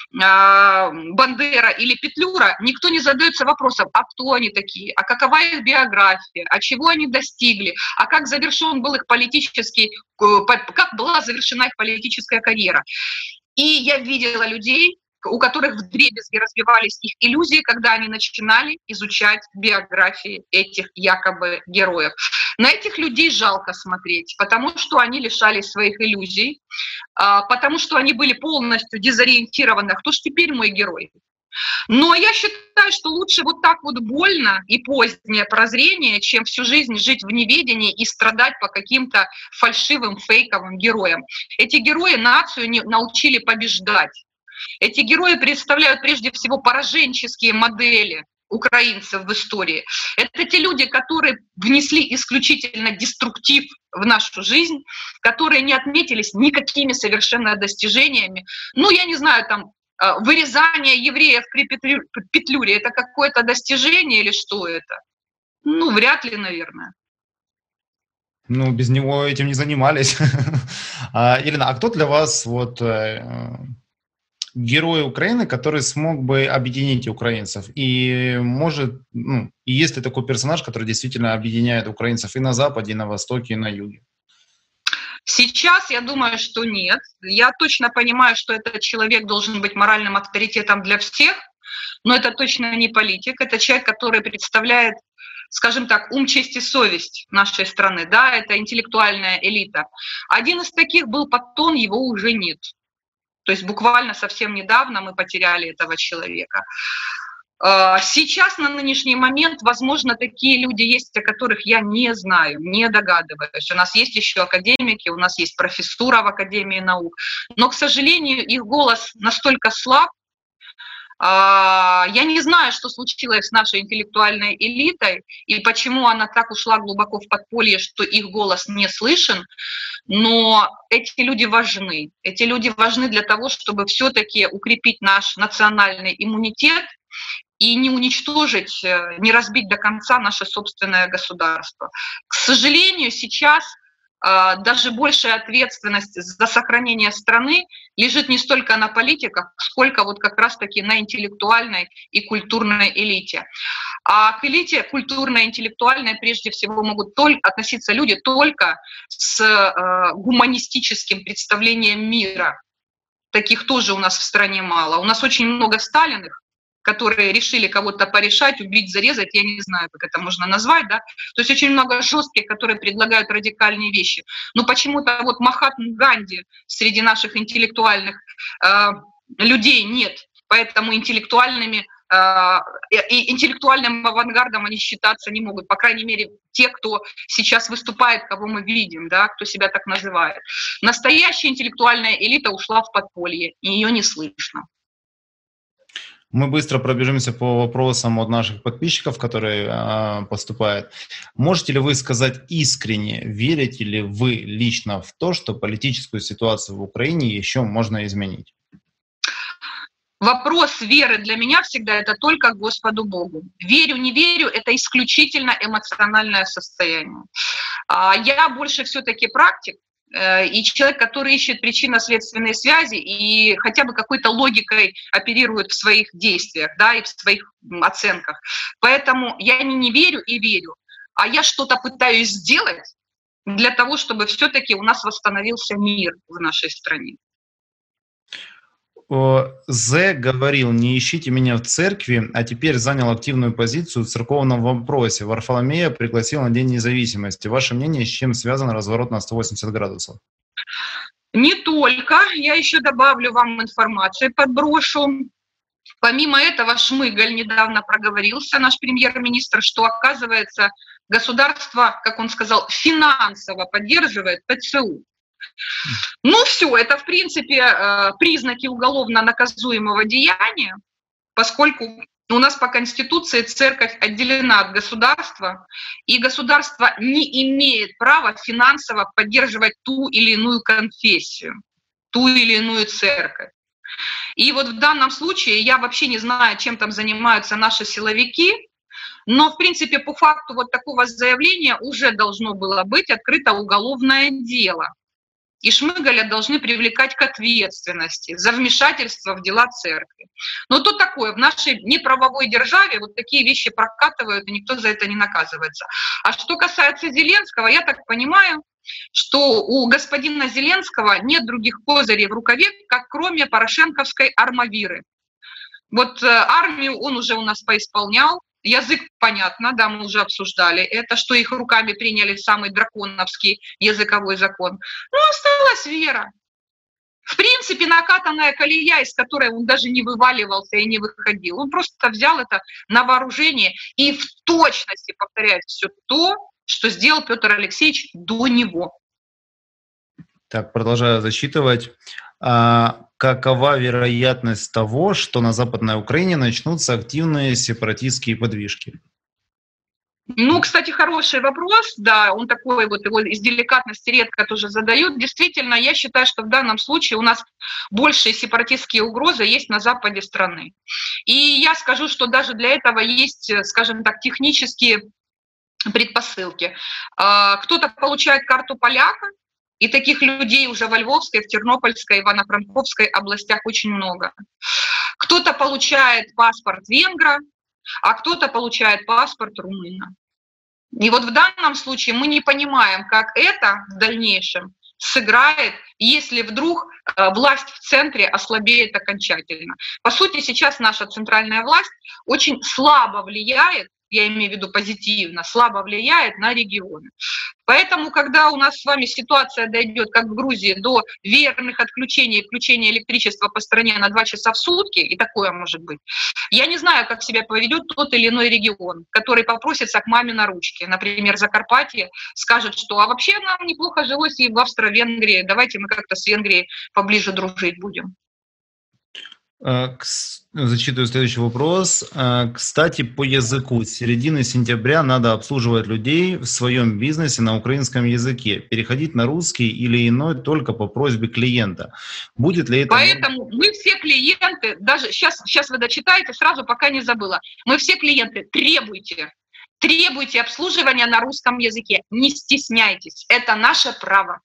Бандера или Петлюра, никто не задается вопросом, а кто они такие, а какова их биография, а чего они достигли, а как завершен был их политический, как была завершена их политическая карьера. И я видела людей, у которых вдребезги разбивались их иллюзии, когда они начинали изучать биографии этих якобы героев. На этих людей жалко смотреть, потому что они лишались своих иллюзий, потому что они были полностью дезориентированы. Кто ж теперь мой герой? Но я считаю, что лучше вот так вот больно и позднее прозрение, чем всю жизнь жить в неведении и страдать по каким-то фальшивым, фейковым героям. Эти герои нацию научили побеждать. Эти герои представляют прежде всего пораженческие модели украинцев в истории. Это те люди, которые внесли исключительно деструктив в нашу жизнь, которые не отметились никакими совершенно достижениями. Я не знаю, там, вырезание евреев при Петлюре – это какое-то достижение или что это? Вряд ли, наверное. Без него этим не занимались. Елена, а кто для вас герой Украины, который смог бы объединить украинцев? И есть ли такой персонаж, который действительно объединяет украинцев и на Западе, и на Востоке, и на Юге? Сейчас я думаю, что нет. Я точно понимаю, что этот человек должен быть моральным авторитетом для всех, но это точно не политик. Это человек, который представляет, скажем так, ум, честь и совесть нашей страны. Да, это интеллектуальная элита. Один из таких был Паттон, его уже нет. То есть буквально совсем недавно мы потеряли этого человека. Сейчас, на нынешний момент, возможно, такие люди есть, о которых я не знаю, не догадываюсь. У нас есть еще академики, у нас есть профессура в Академии наук, но, к сожалению, их голос настолько слаб. Я не знаю, что случилось с нашей интеллектуальной элитой и почему она так ушла глубоко в подполье, что их голос не слышен, но эти люди важны. Эти люди важны для того, чтобы все-таки укрепить наш национальный иммунитет и не уничтожить, не разбить до конца наше собственное государство. К сожалению, сейчас даже большая ответственность за сохранение страны лежит не столько на политиках, сколько вот как раз-таки на интеллектуальной и культурной элите. А к элите культурной, интеллектуальной прежде всего могут относиться люди только с гуманистическим представлением мира. Таких тоже у нас в стране мало. У нас очень много Сталиных, которые решили кого-то порешать, убить, зарезать, я не знаю, как это можно назвать, да. То есть очень много жестких, которые предлагают радикальные вещи. Но почему-то вот Махатма Ганди среди наших интеллектуальных людей нет, поэтому интеллектуальным авангардом они считаться не могут, по крайней мере, те, кто сейчас выступает, кого мы видим, да, кто себя так называет. Настоящая интеллектуальная элита ушла в подполье, и ее не слышно. Мы быстро пробежимся по вопросам от наших подписчиков, которые поступают. Можете ли вы сказать искренне, верите ли вы лично в то, что политическую ситуацию в Украине еще можно изменить? Вопрос веры для меня всегда это только к Господу Богу. Верю, не верю, это исключительно эмоциональное состояние. Я больше все-таки практик, и человек, который ищет причинно-следственные связи и хотя бы какой-то логикой оперирует в своих действиях, да, и в своих оценках. Поэтому я не верю и верю, а я что-то пытаюсь сделать для того, чтобы все-таки у нас восстановился мир в нашей стране. Зе говорил: не ищите меня в церкви, а теперь занял активную позицию в церковном вопросе. Варфоломея пригласил на День независимости. Ваше мнение, с чем связан разворот на 180 градусов? Не только. Я еще добавлю вам информацию, подброшу. Помимо этого, Шмыгаль недавно проговорился, наш премьер-министр, что, оказывается, государство, как он сказал, финансово поддерживает ПЦУ. Ну все, это в принципе признаки уголовно наказуемого деяния, поскольку у нас по Конституции церковь отделена от государства, и государство не имеет права финансово поддерживать ту или иную конфессию, ту или иную церковь. И вот в данном случае я вообще не знаю, чем там занимаются наши силовики, но в принципе по факту вот такого заявления уже должно было быть открыто уголовное дело. И Шмыгаля должны привлекать к ответственности за вмешательство в дела церкви. Но тут такое, в нашей неправовой державе вот такие вещи прокатывают, и никто за это не наказывается. А что касается Зеленского, я так понимаю, что у господина Зеленского нет других козырей в рукаве, как кроме порошенковской армавиры. Вот армию он уже у нас поисполнял. Язык, понятно, да, мы уже обсуждали это, что их руками приняли самый драконовский языковой закон. Но осталась вера. В принципе, накатанная колея, из которой он даже не вываливался и не выходил. Он просто взял это на вооружение и в точности повторяет все то, что сделал Петр Алексеевич до него. Так, продолжаю зачитывать. Какова вероятность того, что на Западной Украине начнутся активные сепаратистские подвижки? Ну, кстати, хороший вопрос, да, он такой вот, его из деликатности редко тоже задают. Действительно, я считаю, что в данном случае у нас большие сепаратистские угрозы есть на западе страны. И я скажу, что даже для этого есть, скажем так, технические предпосылки. Кто-то получает карту поляка, и таких людей уже во Львовской, в Тернопольской, Ивано-Франковской областях очень много. Кто-то получает паспорт венгра, а кто-то получает паспорт румына. И вот в данном случае мы не понимаем, как это в дальнейшем сыграет, если вдруг власть в центре ослабеет окончательно. По сути, сейчас наша центральная власть очень слабо влияет я имею в виду позитивно, слабо влияет на регионы. Поэтому, когда у нас с вами ситуация дойдет, как в Грузии, до верных отключений и включения электричества по стране на 2 часа в сутки, и такое может быть, я не знаю, как себя поведет тот или иной регион, который попросится к маме на ручки. Например, Закарпатье скажет, что а вообще нам неплохо жилось и в Австро-Венгрии, давайте мы как-то с Венгрией поближе дружить будем. Зачитываю следующий вопрос. Кстати, по языку. С середины сентября надо обслуживать людей в своем бизнесе на украинском языке. Переходить на русский или иной только по просьбе клиента. Будет ли это... Поэтому мы все клиенты, даже сейчас вы дочитаете, сразу пока не забыла, мы все клиенты требуйте обслуживания на русском языке. Не стесняйтесь, это наше право.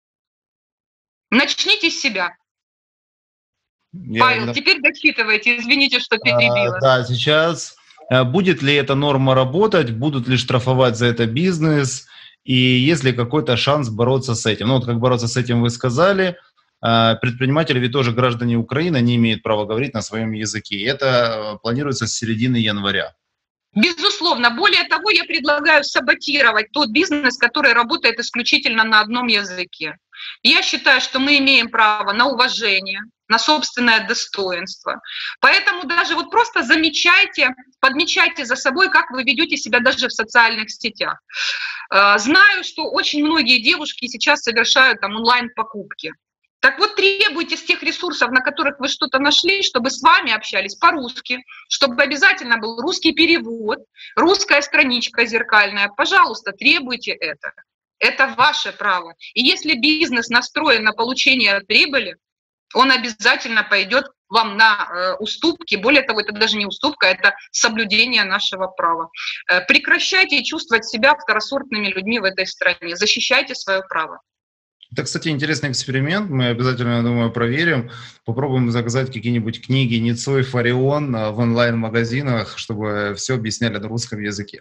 Начните с себя. Павел, теперь дочитывайте, извините, что перебила. Да, сейчас. Будет ли эта норма работать, будут ли штрафовать за это бизнес, и есть ли какой-то шанс бороться с этим? Ну вот как бороться с этим вы сказали, предприниматели ведь тоже граждане Украины, не имеют права говорить на своем языке. Это планируется с середины января. Безусловно. Более того, я предлагаю саботировать тот бизнес, который работает исключительно на одном языке. Я считаю, что мы имеем право на уважение, на собственное достоинство. Поэтому даже вот просто замечайте, подмечайте за собой, как вы ведете себя даже в социальных сетях. Знаю, что очень многие девушки сейчас совершают там онлайн-покупки. Так вот, требуйте с тех ресурсов, на которых вы что-то нашли, чтобы с вами общались по-русски, чтобы обязательно был русский перевод, русская страничка зеркальная. Пожалуйста, требуйте это. Это ваше право. И если бизнес настроен на получение прибыли, он обязательно пойдет вам на уступки. Более того, это даже не уступка, это соблюдение нашего права. Прекращайте чувствовать себя второсортными людьми в этой стране. Защищайте свое право. Это, кстати, интересный эксперимент. Мы обязательно, я думаю, проверим. Попробуем заказать какие-нибудь книги Ницой, Фарион в онлайн-магазинах, чтобы все объясняли на русском языке.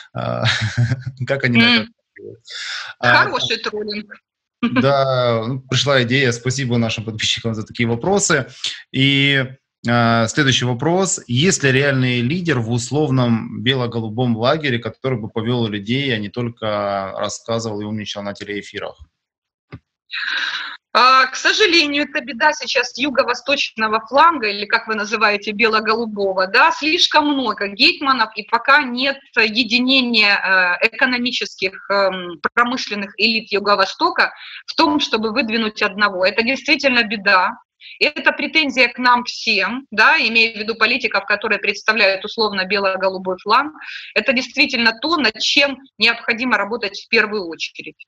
Как они на это делают? Хороший троллинг. Да, пришла идея. Спасибо нашим подписчикам за такие вопросы. И следующий вопрос. Есть ли реальный лидер в условном бело-голубом лагере, который бы повел людей, а не только рассказывал и умничал на телеэфирах? К сожалению, это беда сейчас юго-восточного фланга, или как вы называете, бело-голубого, да, слишком много гетьманов, и пока нет единения экономических, промышленных элит Юго-Востока в том, чтобы выдвинуть одного. Это действительно беда. Это претензия к нам всем, да, имея в виду политиков, которые представляют условно бело-голубой фланг. Это действительно то, над чем необходимо работать в первую очередь.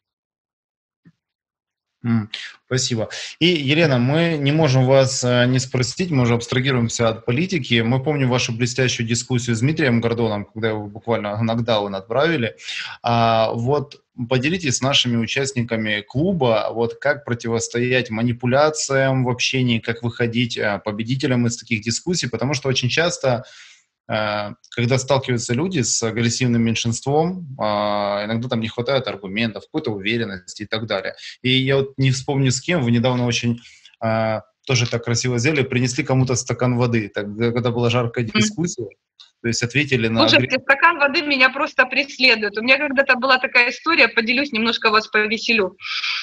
Спасибо. И, Елена, мы не можем вас не спросить, мы уже абстрагируемся от политики. Мы помним вашу блестящую дискуссию с Дмитрием Гордоном, когда его буквально нокдаун отправили. Вот поделитесь с нашими участниками клуба, вот как противостоять манипуляциям в общении, как выходить победителям из таких дискуссий, потому что очень часто, когда сталкиваются люди с агрессивным меньшинством, иногда там не хватает аргументов, какой-то уверенности и так далее. И я вот не вспомню с кем, вы недавно очень тоже так красиво сделали, принесли кому-то стакан воды, когда была жаркая дискуссия, то есть ответили на... Слушайте, стакан воды меня просто преследует. У меня когда-то была такая история, поделюсь, немножко вас повеселю.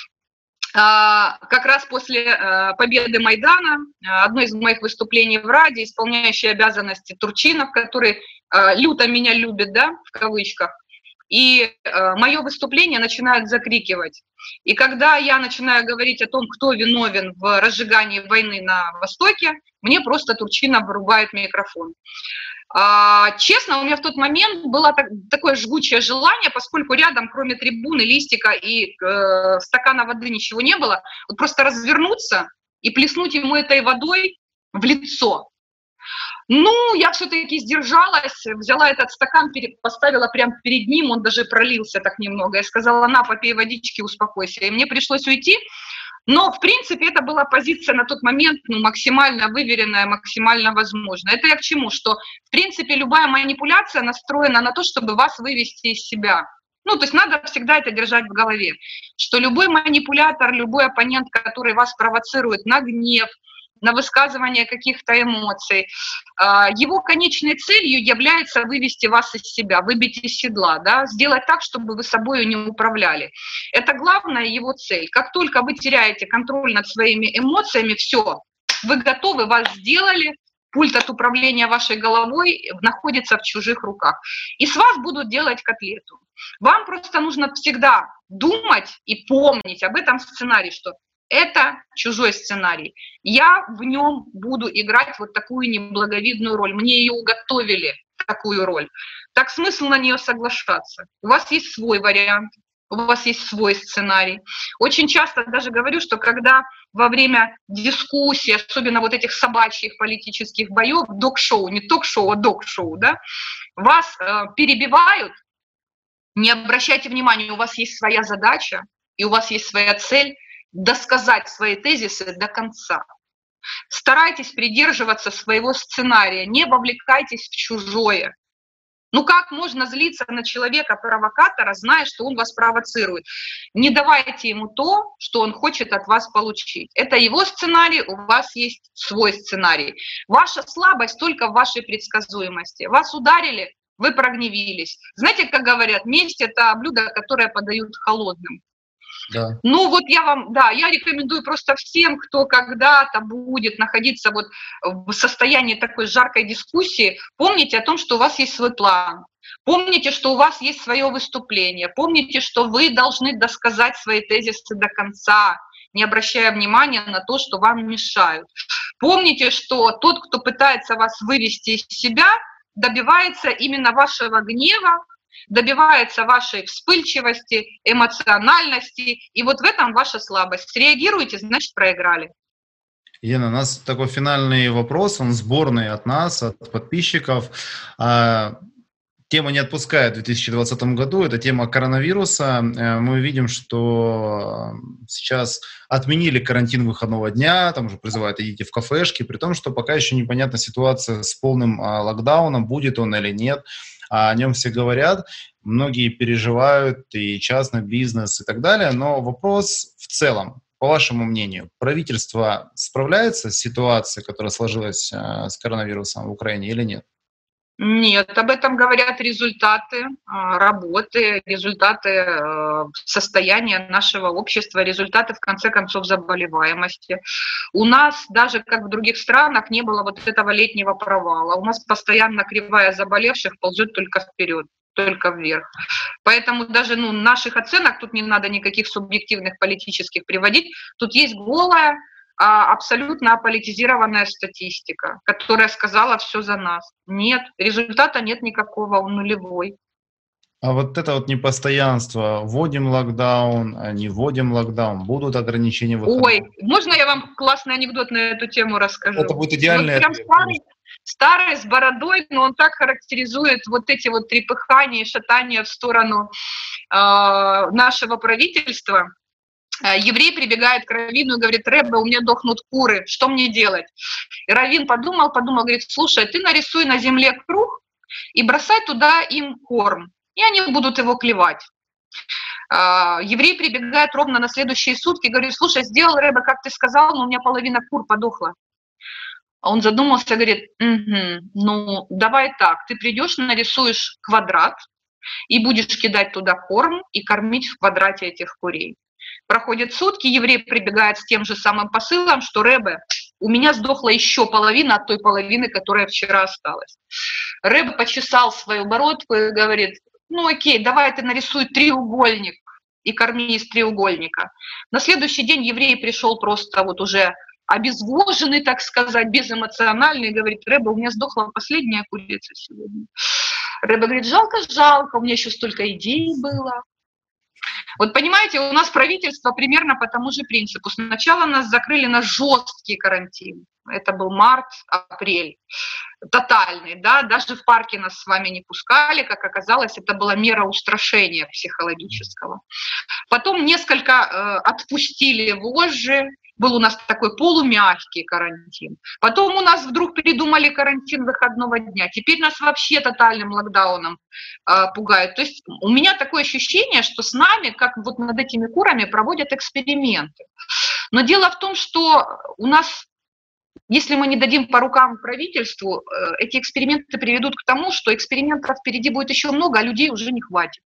Как раз после победы Майдана, одно из моих выступлений в Раде, исполняющий обязанности Турчинов, который люто меня любит, да, в кавычках, и мое выступление начинают закрикивать. И когда я начинаю говорить о том, кто виновен в разжигании войны на Востоке, мне просто Турчинов вырубает микрофон. Честно, у меня в тот момент было такое жгучее желание, поскольку рядом, кроме трибуны, листика и стакана воды ничего не было, вот просто развернуться и плеснуть ему этой водой в лицо. Ну, я все-таки сдержалась, взяла этот стакан, поставила прямо перед ним, он даже пролился так немного. Я сказала: на, попей водички, успокойся. И мне пришлось уйти. Но, в принципе, это была позиция на тот момент максимально выверенная, максимально возможная. Это я к чему? Что, в принципе, любая манипуляция настроена на то, чтобы вас вывести из себя. Ну, то есть надо всегда это держать в голове, что любой манипулятор, любой оппонент, который вас провоцирует на гнев, на высказывание каких-то эмоций. Его конечной целью является вывести вас из себя, выбить из седла, да, сделать так, чтобы вы собой не управляли. Это главная его цель. Как только вы теряете контроль над своими эмоциями, все, вы готовы, вас сделали, пульт от управления вашей головой находится в чужих руках. И с вас будут делать котлету. Вам просто нужно всегда думать и помнить об этом сценарии, что это чужой сценарий. Я в нем буду играть вот такую неблаговидную роль. Мне ее уготовили, такую роль. Так смысл на нее соглашаться. У вас есть свой вариант, у вас есть свой сценарий. Очень часто даже говорю, что когда во время дискуссий, особенно вот этих собачьих политических боев, док-шоу, не ток-шоу, а док-шоу, да, вас перебивают, не обращайте внимания, у вас есть своя задача, и у вас есть своя цель досказать свои тезисы до конца. Старайтесь придерживаться своего сценария, не вовлекайтесь в чужое. Ну как можно злиться на человека-провокатора, зная, что он вас провоцирует? Не давайте ему то, что он хочет от вас получить. Это его сценарий, у вас есть свой сценарий. Ваша слабость только в вашей предсказуемости. Вас ударили, вы прогневились. Знаете, как говорят, месть – это блюдо, которое подают холодным. Да. Ну вот я рекомендую просто всем, кто когда-то будет находиться вот в состоянии такой жаркой дискуссии, помните о том, что у вас есть свой план, помните, что у вас есть свое выступление, помните, что вы должны досказать свои тезисы до конца, не обращая внимания на то, что вам мешают. Помните, что тот, кто пытается вас вывести из себя, добивается именно вашего гнева, добивается вашей вспыльчивости, эмоциональности, и вот в этом ваша слабость. Реагируете, значит, проиграли. Елена, у нас такой финальный вопрос, он сборный от нас, от подписчиков. Тема не отпускает в 2020 году, это тема коронавируса. Мы видим, что сейчас отменили карантин выходного дня, там уже призывают идите в кафешки, при том, что пока еще непонятна ситуация с полным локдауном, будет он или нет. О нем все говорят, многие переживают, и частный бизнес, и так далее. Но вопрос в целом, по вашему мнению, правительство справляется с ситуацией, которая сложилась с коронавирусом в Украине, или нет? Нет, об этом говорят результаты работы, результаты состояния нашего общества, результаты, в конце концов, заболеваемости. У нас, даже как в других странах, не было вот этого летнего провала. У нас постоянно кривая заболевших ползет только вперед, только вверх. Поэтому даже наших оценок тут не надо никаких субъективных политических приводить. Тут есть голая, абсолютно аполитизированная статистика, которая сказала все за нас. Нет, результата нет никакого, он нулевой. А вот это вот непостоянство, вводим локдаун, не вводим локдаун, будут ограничения выхода? Ой, можно я вам классный анекдот на эту тему расскажу? Это будет идеальный вот прям старый с бородой, но он так характеризует вот эти вот трепыхания и шатания в сторону нашего правительства. Еврей прибегает к раввину и говорит: «Ребе, у меня дохнут куры, что мне делать?» И раввин подумал, говорит: «Слушай, ты нарисуй на земле круг и бросай туда им корм, и они будут его клевать». Еврей прибегает ровно на следующие сутки и говорит: «Слушай, сделал, Ребе, как ты сказал, но у меня половина кур подохла». А он задумался и говорит: «Ну, давай так, ты придешь, нарисуешь квадрат и будешь кидать туда корм и кормить в квадрате этих курей». Проходят сутки, еврей прибегает с тем же самым посылом, что: «Ребе, у меня сдохла еще половина от той половины, которая вчера осталась». Ребе почесал свою бородку и говорит: «Ну окей, давай ты нарисуй треугольник и корми из треугольника». На следующий день еврей пришел просто вот уже обезвоженный, так сказать, безэмоциональный, и говорит: «Ребе, у меня сдохла последняя курица сегодня». Ребе говорит: «Жалко, у меня еще столько идей было». Вот понимаете, у нас правительство примерно по тому же принципу. Сначала нас закрыли на жесткий карантин. Это был март-апрель. Тотальный, да, даже в парке нас с вами не пускали, как оказалось, это была мера устрашения психологического. Потом несколько отпустили вожжи, был у нас такой полумягкий карантин. Потом у нас вдруг придумали карантин выходного дня. Теперь нас вообще тотальным локдауном пугают. То есть у меня такое ощущение, что с нами, как вот над этими курами, проводят эксперименты. Но дело в том, что у нас если мы не дадим по рукам правительству, эти эксперименты приведут к тому, что экспериментов впереди будет еще много, а людей уже не хватит.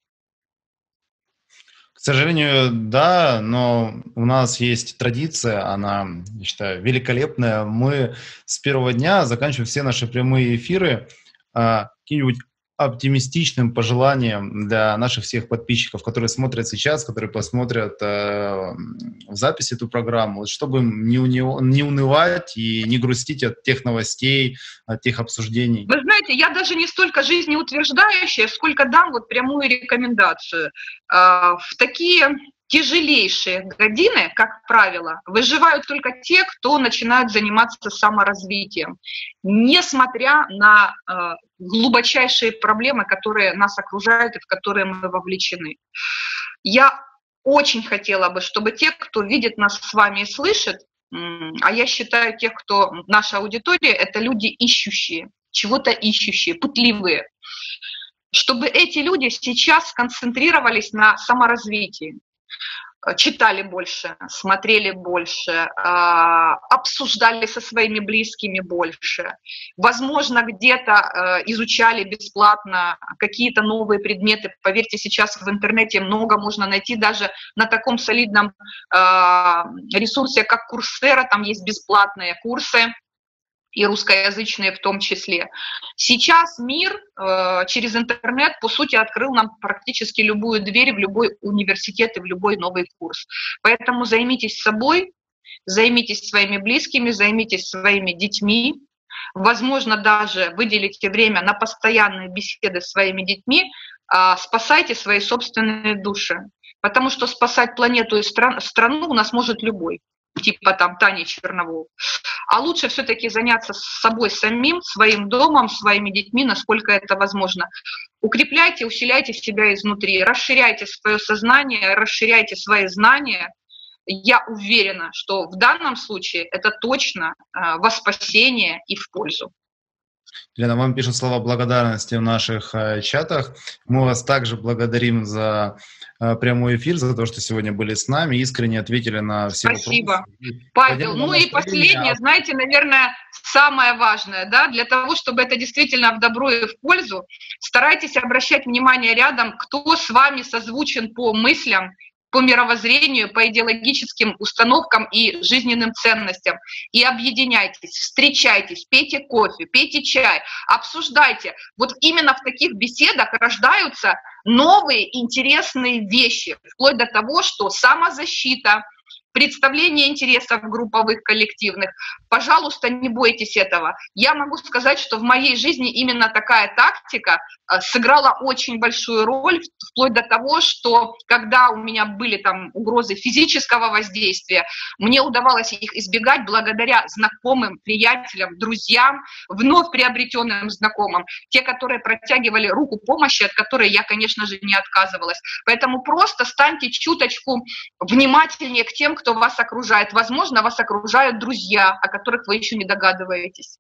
К сожалению, да, но у нас есть традиция, она, я считаю, великолепная. Мы с первого дня заканчиваем все наши прямые эфиры каким-нибудь оптимистичным пожеланием для наших всех подписчиков, которые смотрят сейчас, которые посмотрят в записи эту программу, чтобы не унывать и не грустить от тех новостей, от тех обсуждений. Вы знаете, я даже не столько жизнеутверждающая, сколько дам вот прямую рекомендацию. В такие тяжелейшие годины, как правило, выживают только те, кто начинают заниматься саморазвитием, несмотря на глубочайшие проблемы, которые нас окружают и в которые мы вовлечены. Я очень хотела бы, чтобы те, кто видит нас с вами и слышит, а я считаю, тех, кто наша аудитория, это люди ищущие, чего-то ищущие, пытливые, чтобы эти люди сейчас сконцентрировались на саморазвитии. Читали больше, смотрели больше, обсуждали со своими близкими больше. Возможно, где-то изучали бесплатно какие-то новые предметы. Поверьте, сейчас в интернете много можно найти, даже на таком солидном ресурсе, как Coursera, там есть бесплатные курсы, и русскоязычные в том числе. Сейчас мир через интернет, по сути, открыл нам практически любую дверь в любой университет и в любой новый курс. Поэтому займитесь собой, займитесь своими близкими, займитесь своими детьми. Возможно, даже выделите время на постоянные беседы с своими детьми, спасайте свои собственные души. Потому что спасать планету и страну у нас может любой, типа там Тани Черновол. А лучше все-таки заняться собой самим, своим домом, своими детьми, насколько это возможно. Укрепляйте, усиляйте себя изнутри, расширяйте свое сознание, расширяйте свои знания. Я уверена, что в данном случае это точно во спасение и в пользу. Лена, вам пишут слова благодарности в наших чатах. Мы вас также благодарим за прямой эфир, за то, что сегодня были с нами, искренне ответили на все вопросы. Спасибо, Павел. Ну и последнее, знаете, наверное, самое важное, да, для того, чтобы это действительно в добро и в пользу, старайтесь обращать внимание рядом, кто с вами созвучен по мыслям, по мировоззрению, по идеологическим установкам и жизненным ценностям. И объединяйтесь, встречайтесь, пейте кофе, пейте чай, обсуждайте. Вот именно в таких беседах рождаются новые интересные вещи, вплоть до того, что самозащита, представление интересов групповых, коллективных. Пожалуйста, не бойтесь этого. Я могу сказать, что в моей жизни именно такая тактика сыграла очень большую роль, вплоть до того, что когда у меня были там угрозы физического воздействия, мне удавалось их избегать благодаря знакомым, приятелям, друзьям, вновь приобретенным знакомым, те, которые протягивали руку помощи, от которой я, конечно же, не отказывалась. Поэтому просто станьте чуточку внимательнее к тем, кто вас окружает. Возможно, вас окружают друзья, о которых вы еще не догадываетесь.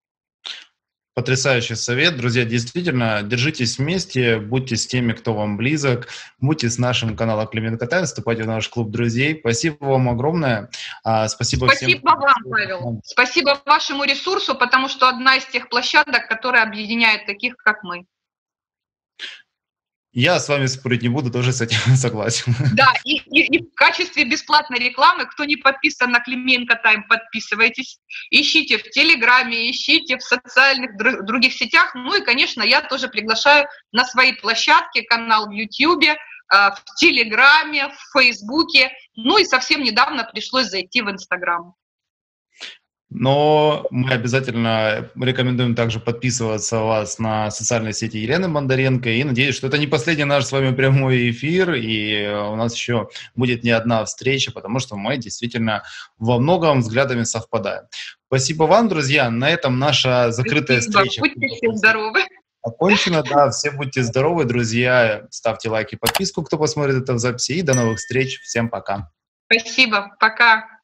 Потрясающий совет. Друзья, действительно, держитесь вместе, будьте с теми, кто вам близок, будьте с нашим каналом Клименко Тайм, вступайте в наш клуб друзей. Спасибо вам огромное. Спасибо всем. Вам, Павел. Спасибо вашему ресурсу, потому что одна из тех площадок, которая объединяет таких, как мы. Я с вами спорить не буду, тоже с этим согласен. Да, и в качестве бесплатной рекламы, кто не подписан на Клименко Тайм, подписывайтесь. Ищите в Телеграме, ищите в социальных других сетях. Ну и, конечно, я тоже приглашаю на свои площадки, канал в Ютьюбе, в Телеграме, в Фейсбуке. Ну и совсем недавно пришлось зайти в Инстаграм. Но мы обязательно рекомендуем также подписываться у вас на социальные сети Елены Бондаренко. И надеюсь, что это не последний наш с вами прямой эфир. И у нас еще будет не одна встреча, потому что мы действительно во многом взглядами совпадаем. Спасибо вам, друзья. На этом наша закрытая встреча. Будьте все здоровы. Окончено, да. Все будьте здоровы, друзья. Ставьте лайки, подписку, кто посмотрит это в записи. И до новых встреч. Всем пока. Спасибо. Пока.